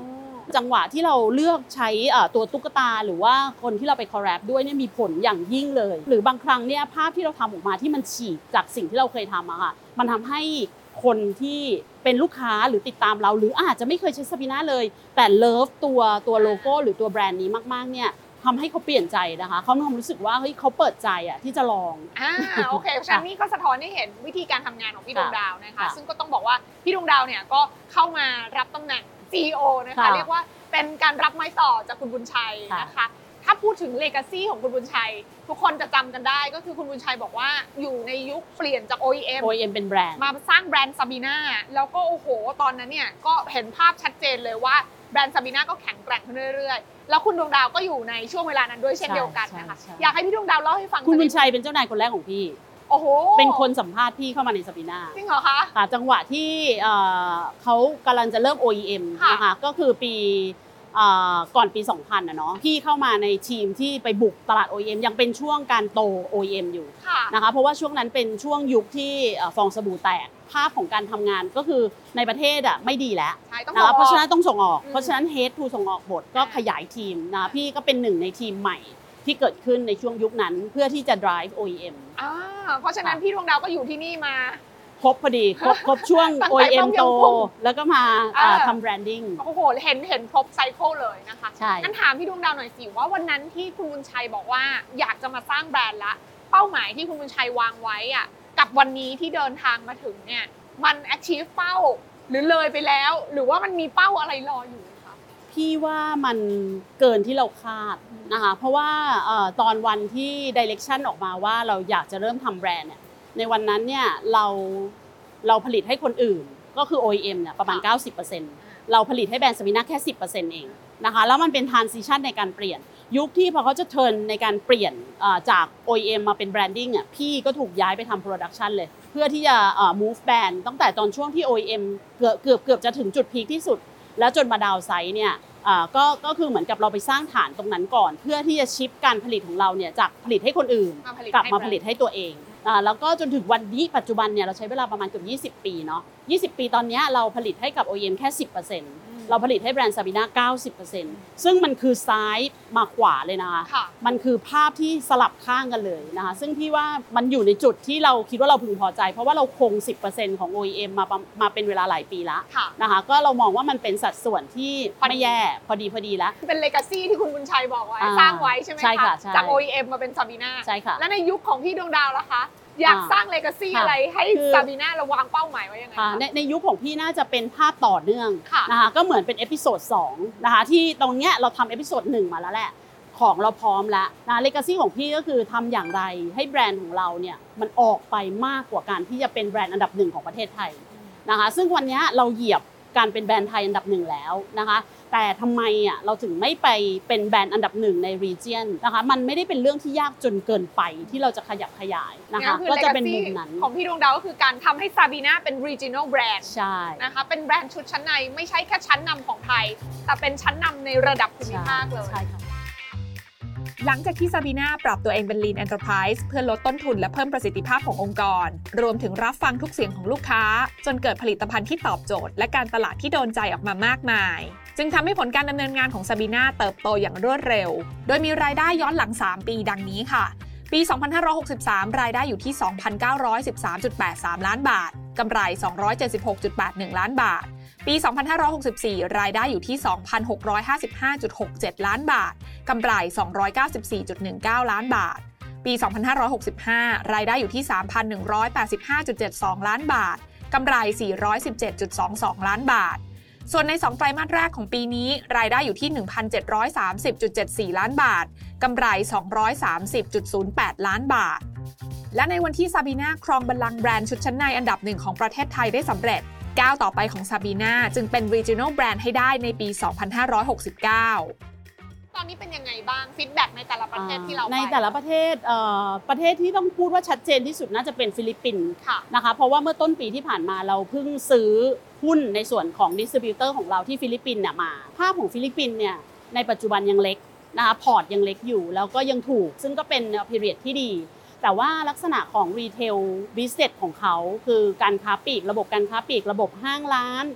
จังหวะที่เราเลือกใช้ตัวตุ๊กตาหรือว่าคนที่เราไปคอลแลบด้วยเนี่ยมีผลอย่างยิ่งเลยหรือบางครั้งเนี่ยภาพที่เราทำออกมาที่มันฉีกจากสิ่งที่เราเคยทำอะค่ะมันทำให้คนที่เป็นลูกค้าหรือติดตามเราหรืออาจจะไม่เคยใช้ซาบีน่าเลยแต่เลิฟตัวตัวโลโก้หรือตัวแบรนด์นี้มากๆเนี่ยทำให้เขาเปลี่ยนใจนะคะเขามีความรู้สึกว่าเฮ้ยเขาเปิดใจอ่ะที่จะลองอ่าโอเคฉะนั้นนี่ก็สะท้อนให้เห็นวิธีการทำงานของพี่ดวงดาวนะคะซึ่งก็ต้องบอกว่าพี่ดวงดาวเนี่ยก็เข้ามารับตำแหน่ง ซี อี โอ นะคะเรียกว่าเป็นการรับไม้ต่อจากคุณบุญชัยนะคะถ้าพูดถึงเลกาซีของคุณบุญชัยทุกคนจะจำกันได้ก็คือคุณบุญชัยบอกว่าอยู่ในยุคเปลี่ยนจาก โอ อี เอ็มโอ อี เอ็ม เป็นแบรนด์มาสร้างแบรนด์ซาบีน่าแล้วก็โอ้โหตอนนั้นเนี่ยก็เห็นภาพชัดเจนเลยว่าแบรนด์ซาบีน่าก็แข็งแกร่งขึ้นเรื่อยๆแล้วคุณดวงดาวก็อยู่ในช่วงเวลานั้นด้วยเช่นเดียวกันนะคะอยากให้พี่ดวงดาวเล่าให้ฟังคุณบุญชัยเป็นเจ้านายคนแรกของพี่โอ้โหเป็นคนสัมภาษณ์พี่เข้ามาในซาบีน่าจริงเหรอคะค่ะจังหวะที่เขากำลังจะเริ่ม โอ อี เอ็ม นะคะก็คือปีก่อนปีสองพันนะเนาะพี่เข้ามาในทีมที่ไปบุกตลาด โอ อี เอ็ม ยังเป็นช่วงการโต โอ อี เอ็ม อยู่นะคะเพราะว่าช่วงนั้นเป็นช่วงยุคที่ฟองสบู่แตกภาพของการทำงานก็คือในประเทศอ่ะไม่ดีแล้วนะคะเพราะฉะนั้นต้องส่งออกเพราะฉะนั้น Head to ส่งออกบทก็ขยายทีมนะพี่ก็เป็นหนึ่งในทีมใหม่ที่เกิดขึ้นในช่วงยุคนั้นเพื่อที่จะ drive โอ อี เอ็มอ่าเพราะฉะนั้นพี่ดวงดาวก็อยู่ที่นี่มาครบพอดีครบครบช่วง โอ อี เอ็ม โตแล้วก็มาทำแบรนดิ้งโอ้โหเห็นเห็นครบไซเคิลเลยนะคะใช่งั้นถามพี่ดวงดาวหน่อยสิว่าวันนั้นที่คุณบุญชัยบอกว่าอยากจะมาสร้างแบรนด์ละเป้าหมายที่คุณบุญชัยวางไว้อะกับวันนี้ที่เดินทางมาถึงเนี่ยมัน achieve เป้าหรือเลยไปแล้วหรือว่ามันมีเป้าอะไรรออยู่คะพี่ว่ามันเกินที่เราคาดนะคะเพราะว่าตอนวันที่ direction ออกมาว่าเราอยากจะเริ่มทำแบรนด์เนี่ยในวันนั้นเนี่ยเราเราผลิตให้คนอื่นก็คือ โอ อี เอ็ม เนี่ยประมาณ เก้าสิบเปอร์เซ็นต์ เราผลิตให้แบรนด์ซาบีน่าแค่ สิบเปอร์เซ็นต์ เองนะคะแล้วมันเป็น transition ในการเปลี่ยนยุคที่พอเขาจะเทิร์นในการเปลี่ยนจาก โอ อี เอ็ม มาเป็นแบรนดิ้งอ่ะพี่ก็ถูกย้ายไปทำ production เลยเพื่อที่จะ move แบรนด์ตั้งแต่ตอนช่วงที่ โอ อี เอ็ม เกือบเกือบเกือบจะถึงจุดพีคที่สุดแล้วจนมาดาวไซด์เนี่ยก็ก็คือเหมือนกับเราไปสร้างฐานตรงนั้นก่อนเพื่อที่จะชิปการผลิตของเราเนี่ยจากผลิตให้คนอื่นกลับมาผลิตให้ตัวเองแล้วก็จนถึงวันนี้ปัจจุบันเนี่ยเราใช้เวลาประมาณเกือบยี่สิบปีเนาะยี่สิบปีตอนนี้เราผลิตให้กับ โอ อี เอ็ม แค่ สิบเปอร์เซ็นต์ เราผลิตให้แบรนด์ซาบีน่า เก้าสิบเปอร์เซ็นต์ ซึ่งมันคือซ้ายมาขวาเลยนะคะมันคือภาพที่สลับข้างกันเลยนะคะซึ่งพี่ว่ามันอยู่ในจุดที่เราคิดว่าเราพึงพอใจเพราะว่าเราคง สิบเปอร์เซ็นต์ ของ โอ อี เอ็ม มามาเป็นเวลาหลายปีแล้วนะคะก็เรามองว่ามันเป็นสัดส่วนที่ไม่แย่พอดีพอดีแล้วเป็นเลกาซี่ที่คุณบุญชัยบอกไว้สร้างไว้ใช่ไหมคะจาก โอ อี เอ็ม มาเป็นซาบีน่าใช่ค่ะและในยุคของพี่ดวงดาวล่ะคะอยากสร้างเลกาซี่อะไรให้ซาบีน่าเราวางเป้าหมายไว้ยังไงคะในในยุคของพี่น่าจะเป็นภาพต่อเนื่องนะคะก็เหมือนเป็นเอพิโซดสองนะคะที่ตรงเนี้ยเราทำเอพิโซดหนึ่งมาแล้วแหละของเราพร้อมแล้วนะเลกาซี่ของพี่ก็คือทำอย่างไรให้แบรนด์ของเราเนี่ยมันออกไปมากกว่าการที่จะเป็นแบรนด์อันดับหนึ่งของประเทศไทยนะคะซึ่งวันนี้เราเหยียบการเป็นแบรนด์ไทยอันดับหนึ่งแล้วนะคะแต่ทำไมอ่ะเราถึงไม่ไปเป็นแบรนด์อันดับหนึ่งใน region นะคะมันไม่ได้เป็นเรื่องที่ยากจนเกินไปที่เราจะขยับขยายนะคะก็จะเป็นมุมนั้นของพี่ดวงดาวก็คือการทำให้ซาบีน่าเป็น regional brand ใช่นะคะเป็นแบรนด์ชุดชั้นในไม่ใช่แค่ชั้นนำของไทยแต่เป็นชั้นนำในระดับภูมิภาคเลยใช่ค่ะหลังจากที่ซาบีน่าปรับตัวเองเป็น Lean Enterprise เพื่อลดต้นทุนและเพิ่มประสิทธิภาพขององค์กรรวมถึงรับฟังทุกเสียงของลูกค้าจนเกิดผลิตภัณฑ์ที่ตอบโจทย์และการตลาดที่โดนใจออกมามากมายจึงทำให้ผลการดำเนินงานของซาบีน่าเติบโตอย่างรวดเร็วโดยมีรายได้ย้อนหลังสามปีดังนี้ค่ะปีสองพันห้าร้อยหกสิบสามรายได้อยู่ที่ สองพันเก้าร้อยสิบสามจุดแปดสาม ล้านบาทกำไร สองร้อยเจ็ดสิบหกจุดแปดหนึ่ง ล้านบาทปีสองพันห้าร้อยหกสิบสี่รายได้อยู่ที่ สองพันหกร้อยห้าสิบห้าจุดหกเจ็ด ล้านบาทกำไร สองร้อยเก้าสิบสี่จุดหนึ่งเก้า ล้านบาทปีสองพันห้าร้อยหกสิบห้ารายได้อยู่ที่ สามพันหนึ่งร้อยแปดสิบห้าจุดเจ็ดสอง ล้านบาทกำไร สี่ร้อยสิบเจ็ดจุดสองสอง ล้านบาทส่วนในสองไตรมาสแรกของปีนี้รายได้อยู่ที่ หนึ่งพันเจ็ดร้อยสามสิบจุดเจ็ดสี่ ล้านบาทกำไร สองร้อยสามสิบจุดศูนย์แปด ล้านบาทและในวันที่ซาบีน่าครองบัลลังก์แบรนด์ชุดชั้นในอันดับหนึ่งของประเทศไทยได้สำเร็จก้าวต่อไปของซาบีน่าจึงเป็น regional brand ให้ได้ในปี สองพันห้าร้อยหกสิบเก้า ตอนนี้เป็นยังไงบ้างฟีดแบ็กในแต่ละประเทศที่เราไปในแต่ละประเทศประเทศที่ต้องพูดว่าชัดเจนที่สุดน่าจะเป็นฟิลิปปินส์นะคะเพราะว่าเมื่อต้นปีที่ผ่านมาเราเพิ่งซื้อหุ้นในส่วนของดิสติบิวเตอร์ของเราที่ฟิลิปปินส์เนี่ยมาภาพของฟิลิปปินส์เนี่ยในปัจจุบันยังเล็กนะคะพอร์ตยังเล็กอยู่แล้วก็ยังถูกซึ่งก็เป็น period ที่ดีแต่ว่าลักษณะของ retail business ของเขาคือการค้าปลีกระบบการค้าปลีกระบบห้างร้าน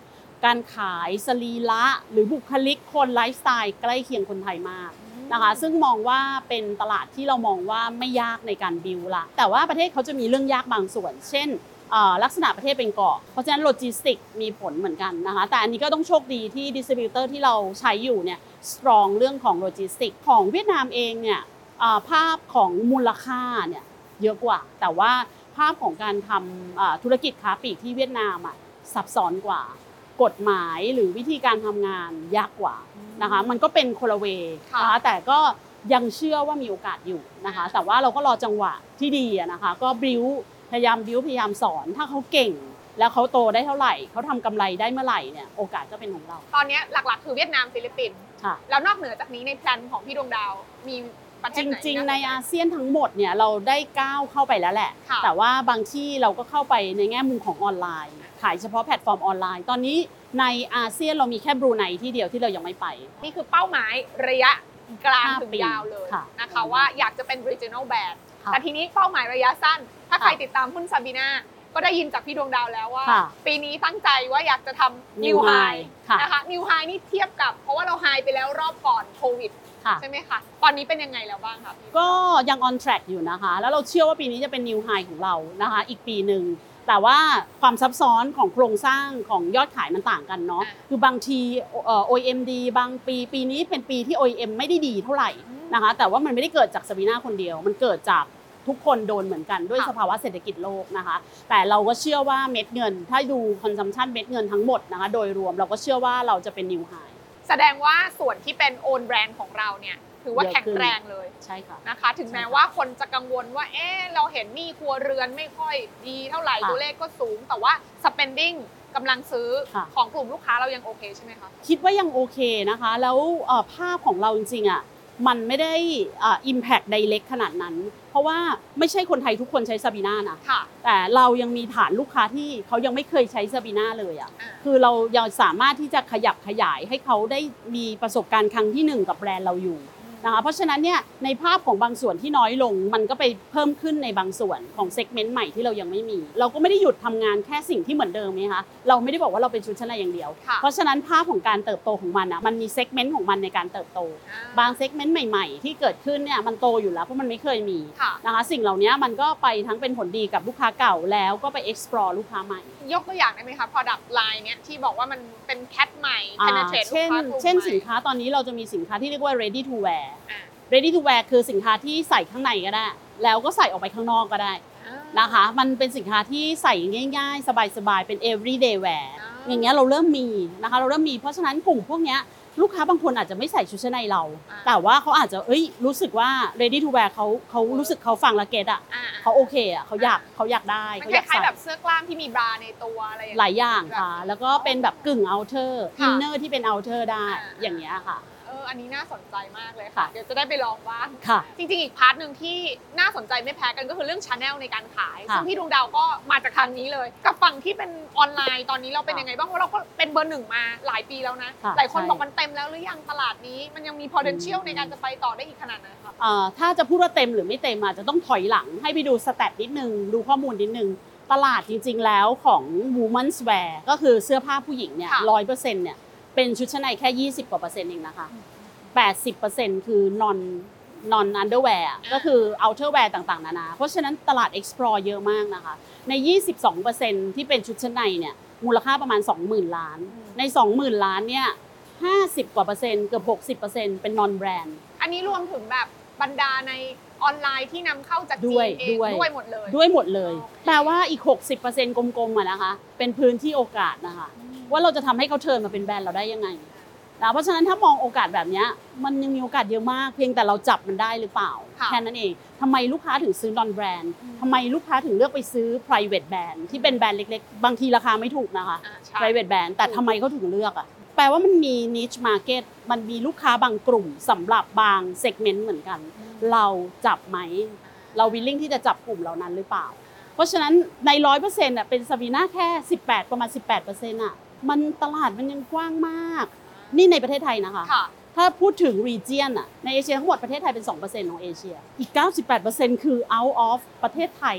การขายสรีระหรือบุคลิกคนไลฟ์สไตล์ใกล้เคียงคนไทยมากนะคะซึ่งมองว่าเป็นตลาดที่เรามองว่าไม่ยากในการบิวละแต่ว่าประเทศเขาจะมีเรื่องยากบางส่วนเช่นลักษณะประเทศเป็นเกาะเพราะฉะนั้นโลจิสติกมีผลเหมือนกันนะคะแต่อันนี้ก็ต้องโชคดีที่ดิสติบิวเตอร์ที่เราใช้อยู่เนี่ยสตรองเรื่องของโลจิสติกของเวียดนามเองเนี่ยภาพของมูลค่าเนี่ยเยอะกว่าแต่ว่าภาพของการทำธุรกิจค้าปลีกที่เวียดนามอ่ะซับซ้อนกว่ากฎหมายหรือวิธีการทำงานยากกว่านะคะมันก็เป็นคนละเวนะคะแต่ก็ยังเชื่อว่ามีโอกาสอยู่นะคะแต่ว่าเราก็รอจังหวะที่ดีนะคะก็บิวพยายามบิวพยายามสอนถ้าเขาเก่งแล้วเขาโตได้เท่าไหร่เขาทำกำไรได้เมื่อไหร่เนี่ยโอกาสก็เป็นของเราตอนนี้หลักๆคือเวียดนามฟิลิปปินส์แล้วนอกเหนือจากนี้ในแพลนของพี่ดวงดาวมีจริงๆในอาเซียนทั้งหมดเนี่ยเราได้ก้าวเข้าไปแล้วแหละแต่ว่าบางที่เราก็เข้าไปในแง่มุมของออนไลน์ขายเฉพาะแพลตฟอร์มออนไลน์ตอนนี้ในอาเซียนเรามีแค่บรูไนที่เดียวที่เรายังไม่ไปนี่คือเป้าหมายระยะกลางถึงยาวเลยนะคะว่าอยากจะเป็น regional brand แต่ทีนี้เป้าหมายระยะสั้นถ้าใครติดตามหุ้นซาบีนาก็ได้ยินจากพี่ดวงดาวแล้วว่าปีนี้ตั้งใจว่าอยากจะทำ new high นะคะ new high นี่เทียบกับเพราะว่าเรา high ไปแล้วรอบก่อนโควิดใช่ไหมคะตอนนี้เป็นยังไงแล้วบ้างคะก็ยัง on track อยู่นะคะแล้วเราเชื่อว่าปีนี้จะเป็น new high ของเรานะคะอีกปีหนึ่งแต่ว่าความซับซ้อนของโครงสร้างของยอดขายมันต่างกันเนาะคือบางที โอ อี เอ็ม ดี บางปีปีนี้เป็นปีที่ โอ อี เอ็ม ไม่ได้ดีเท่าไหร่นะคะแต่ว่ามันไม่ได้เกิดจากซาบีนาคนเดียวมันเกิดจากทุกคนโดนเหมือนกันด้วยสภาวะเศรษฐกิจโลกนะคะแต่เราก็เชื่อว่าเม็ดเงินถ้าดูคอนซัมชันเม็ดเงินทั้งหมดนะคะโดยรวมเราก็เชื่อว่าเราจะเป็น new high แสดงว่าส่วนที่เป็น own brand ของเราเนี่ยถือว่าแข็งแรงเลยใช่ค่ะนะคะถึงแม้ว่าคนจะกังวลว่าเอ๊ะเราเห็นหนี้ครัวเรือนไม่ค่อยดีเท่าไหร่ตัวเลขก็สูงแต่ว่า spending กำลังซื้อของกลุ่มลูกค้าเรายังโอเคใช่ไหมคะคิดว่ายังโอเคนะคะแล้วภาพของเราจริงๆอ่ะมันไม่ได้ impact direct ขนาดนั้นเพราะว่าไม่ใช่คนไทยทุกคนใช้ซาบีนานะแต่เรายังมีฐานลูกค้าที่เขายังไม่เคยใช้ซาบีนาเลยอ่ะคือเรายังสามารถที่จะขยับขยายให้เขาได้มีประสบการณ์ครั้งที่หนึ่งกับแบรนด์เราอยู่นะคะเพราะฉะนั้นเนี่ยในภาพของบางส่วนที่น้อยลงมันก็ไปเพิ่มขึ้นในบางส่วนของเซกเมนต์ใหม่ที่เรายังไม่มีเราก็ไม่ได้หยุดทำงานแค่สิ่งที่เหมือนเดิมไหมคะเราไม่ได้บอกว่าเราเป็นชุดชั้นในอย่างเดียวเพราะฉะนั้นภาพของการเติบโตของมันอ่ะมันมีเซกเมนต์ของมันในการเติบโตบางเซกเมนต์ใหม่ๆที่เกิดขึ้นเนี่ยมันโตอยู่แล้วเพราะมันไม่เคยมีนะคะสิ่งเหล่านี้มันก็ไปทั้งเป็นผลดีกับลูกค้าเก่าแล้วก็ไป explore ลูกค้าใหม่ยกตัวอย่างได้ไหมคะ product line เนี้ยที่บอกว่ามันเป็นแคทใหม่ penetrate ลูกค้ากลุ่มใหม่เช่นสินค้าตอนนี้เราจะมีสินค้าที่เรียกว่า ready to wear ready to wear คือสินค้าที่ใส่ข้างในก็ได้แล้วก็ใส่ออกไปข้างนอกก็ได้นะคะมันเป็นสินค้าที่ใส่ง่ายๆสบายๆเป็น everyday wear อย่างเงี้ยเราเริ่มมีนะคะเราเริ่มมีเพราะฉะนั้นกลุ่มพวกเนี้ยลูกค้าบางคนอาจจะไม่ใส่ชุดชั้นในเราแต่ว่าเขาอาจจะเอ้ยรู้สึกว่า ready to wear เขาเขารู้สึกเขาฟังและเก็ตอ่ะเขาโอเคอ่ะเขาอยากเขาอยากได้เขาอยากใส่แบบเสื้อกล้ามที่มีบราในตัวอะไรหลายอย่างค่ะแล้วก็เป็นแบบกึ่ง outer inner ที่เป็น outer ได้อย่างเงี้ยค่ะอันนี้น่าสนใจมากเลยค่ะเดี๋ยวจะได้ไปลองบ้างค่ะจริงๆอีกพาร์ทหนึ่งที่น่าสนใจไม่แพ้กันก็คือเรื่อง channel ในการขายซึ่งพี่ดวงดาวก็มาจากทางนี้เลยกับฝั่งที่เป็นออนไลน์ตอนนี้เราเป็นยังไงบ้างเพราะเราก็เป็นเบอร์หนึ่งมาหลายปีแล้วนะหลายคนบอกมันเต็มแล้วหรือยังตลาดนี้มันยังมี potential ในการจะไปต่อได้อีกขนาดไหนครับถ้าจะพูดว่าเต็มหรือไม่เต็มอาจจะต้องถอยหลังให้ไปดูสแตทนิดนึงดูข้อมูลนิดนึงตลาดจริงๆแล้วของ women's wear ก็คือเสื้อผ้าผู้หญิงเนี่ย ร้อยเปอร์เซ็นต์ เนี่ยเป็นชุดชั้นในแค่ยี่สิบกว่าเปอร์เซ็นต์เองนะคะแปดสิบเปอร์เซ็นต์ คือ non non underwear ก็คือ outerwear ต่างๆนานาเพราะฉะนั้นตลาด explore เยอะมากนะคะใน ยี่สิบสองเปอร์เซ็นต์ ที่เป็นชุดชั้นในเนี่ยมูลค่าประมาณ สองหมื่น ล้านใน สองหมื่น ล้านเนี่ยห้าสิบกว่าเปอร์เซ็นต์เกือบ หกสิบเปอร์เซ็นต์ เป็น non brand อันนี้รวมถึงแบบบรรดาในออนไลน์ที่นำเข้าจากจีนเองด้วยหมดเลยด้วยหมดเลยแปลว่าอีก หกสิบเปอร์เซ็นต์ กลมๆอ่ะนะคะเป็นพื้นที่โอกาสนะคะว่าเราจะทำให้เขาเทิร์นมาเป็นแบรนด์เราได้ยังไงนะเพราะฉะนั้นถ้ามองโอกาสแบบนี้มันยังมีโอกาสเยอะมากเพียงแต่เราจับมันได้หรือเปล่าแค่นั้นเองทำไมลูกค้าถึงซื้อ non brand ทำไมลูกค้าถึงเลือกไปซื้อ private brand ที่เป็นแบรนด์เล็กๆบางทีราคาไม่ถูกนะคะ private brand แต่ทำไมเขาถึงเลือกอ่ะแปลว่ามันมี niche market มันมีลูกค้าบางกลุ่มสำหรับบาง segment เหมือนกันเราจับไหมเรา willing ที่จะจับกลุ่มเหล่านั้นหรือเปล่าเพราะฉะนั้นใน ร้อยเปอร์เซ็นต์ อ่ะเป็นซาบีน่าแค่สิบแปดประมาณ สิบแปดเปอร์เซ็นต์ อ่ะมันตลาดมันยังกว้างมากนี่ในประเทศไทยนะคะถ้าพูดถึง region อ่ะในเอเชียทั้งหมดประเทศไทยเป็น สองเปอร์เซ็นต์ ของเอเชียอีก เก้าสิบแปดเปอร์เซ็นต์ คือ out of ประเทศไทยอ่ะ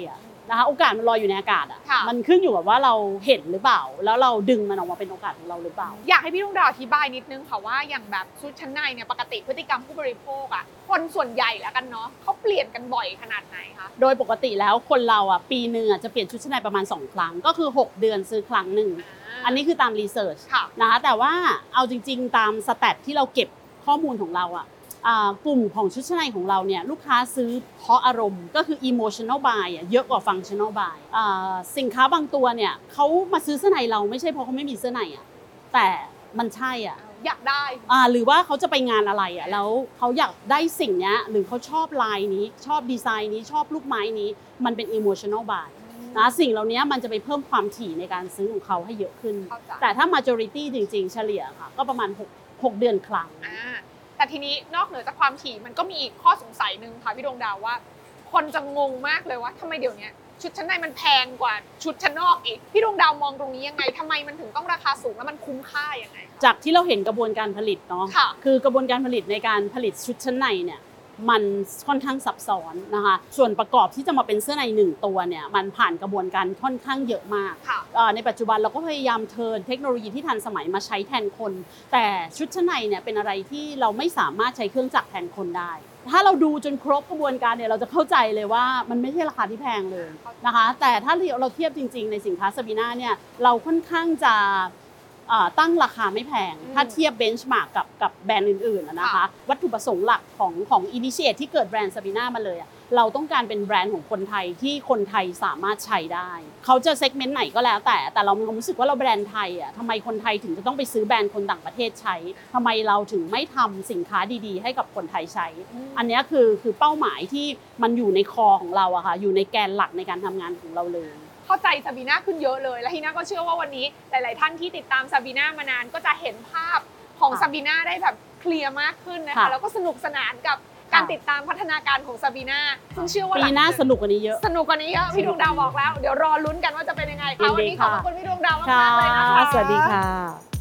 นะคะโอกาสมันลอยอยู่ในอากาศอ่ะค่ะมันขึ้นอยู่กับว่าเราเห็นหรือเปล่าแล้วเราดึงมันออกมาเป็นโอกาสของเราหรือเปล่าอยากให้พี่ดวงดาวอธิบายนิดนึงค่ะว่าอย่างแบบชุดชั้นในเนี่ยปกติพฤติกรรมผู้บริโภคอ่ะคนส่วนใหญ่แล้วกันเนาะเขาเปลี่ยนกันบ่อยขนาดไหนคะโดยปกติแล้วคนเราอ่ะปีหนึ่งอ่ะจะเปลี่ยนชุดชั้นในประมาณสองครั้งก็คือหกเดือนซื้อครั้งหนึ่งอันนี้คือตามรีเสิร์ชค่ะนะคะแต่ว่าเอาจริงๆตามสแตทที่เราเก็บข้อมูลของเราอ่ะอ่ากลุ่มของชุดชั้นในของเราเนี่ยลูกค้าซื้อเพราะอารมณ์ก็คือ emotional buy อ่ะเยอะกว่า functional buy อ่าสินค้าบางตัวเนี่ยเขามาซื้อเสื้อในเราไม่ใช่เพราะเขาไม่มีเสื้อในอ่ะแต่มันใช่อ่ะอยากได้อ่าหรือว่าเขาจะไปงานอะไรอ่ะแล้วเขาอยากได้สิ่งเนี้ยหรือเขาชอบลายนี้ชอบดีไซน์นี้ชอบลูกไม้นี้มันเป็น emotional buy นะสิ่งเหล่านี้มันจะไปเพิ่มความถี่ในการซื้อของเขาให้เยอะขึ้นเข้าใจแต่ถ้า majority จริงๆ เฉลี่ยค่ะก็ประมาณหก หกเดือนครั้งอ่าแต่ทีนี้นอกเหนือจากความถี่มันก็มีอีกข้อสงสัยหนึ่งค่ะพี่ดวงดาวว่า คนจะงงมากเลยว่าทำไมเดี๋ยวนี้ชุดชั้นในมันแพงกว่าชุดชั้นนอกอีกพี่ดวงดาวมองตรงนี้ยังไงทำไมมันถึงต้องราคาสูงแล้วมันคุ้มค่ายังไงจากที่เราเห็นกระบวนการผลิตเนาะค่ะคือกระบวนการผลิตในการผลิตชุดชั้นในเนี่ยมันค่อนข้างซับซ้อนนะคะส่วนประกอบที่จะมาเป็นเสื้อในหนึ่งตัวเนี่ยมันผ่านกระบวนการค่อนข้างเยอะมากค่ะเอ่อในปัจจุบันเราก็พยายามเทิร์นเทคโนโลยีที่ทันสมัยมาใช้แทนคน แต่ชุดชั้นในเนี่ยเป็นอะไรที่เราไม่สามารถใช้เครื่องจักรแทนคนได้ ถ้าเราดูจนครบกระบวนการเนี่ยเราจะเข้าใจเลยว่ามันไม่ใช่ราคาที่แพงเลยนะคะ แต่ถ้าเราเทียบจริงๆในสินค้าซาบีน่าเนี่ยเราค่อนข้างจะเอ่อตั้งราคาไม่แพงอืมถ้าเทียบเบนช์มาร์กกับกับแบรนด์อื่นๆอะนะคะค่ะวัตถุประสงค์หลักของของอินิเชตที่เกิดแบรนด์ซาบีน่ามาเลยอะเราต้องการเป็นแบรนด์ของคนไทยที่คนไทยสามารถใช้ได้ เขาจะเซกเมนต์ไหนก็แล้วแต่แต่เรามีความรู้สึกว่าเราแบรนด์ไทยอ่ะทำไมคนไทยถึงจะต้องไปซื้อแบรนด์คนต่างประเทศใช้ทำไมเราถึงไม่ทำสินค้าดีๆ ให้กับคนไทยใช้ อันเนี้ยคือคือเป้าหมายที่มันอยู่ในคอของเราอะค่ะอยู่ในแกนหลักในการทำงานของเราเลยเข้าใจซาบีน่าขึ้นเยอะเลย และฮีน่าก็เชื่อว่าวันนี้หลาย ๆ ท่านที่ติดตามซาบีน่ามานานก็จะเห็นภาพของค่ะซาบีน่าได้แบบเคลียร์มากขึ้นนะคะค่ะแล้วก็สนุกสนานกับการติดตามพัฒนาการของซาบีน่าซึ่งเชื่อว่าปีหน้าสนุกกว่านี้เยอะสนุกกว่านี้เยอะพี่ดวงดาวบอกแล้ว เดี๋ยวรอลุ้นกันว่าจะเป็นยังไงยิค่ะนดีวันนี้ขอบค่ะคุณพี่ดวงดาวค่ะมากๆเลยนะคะสวัสดีค่ะ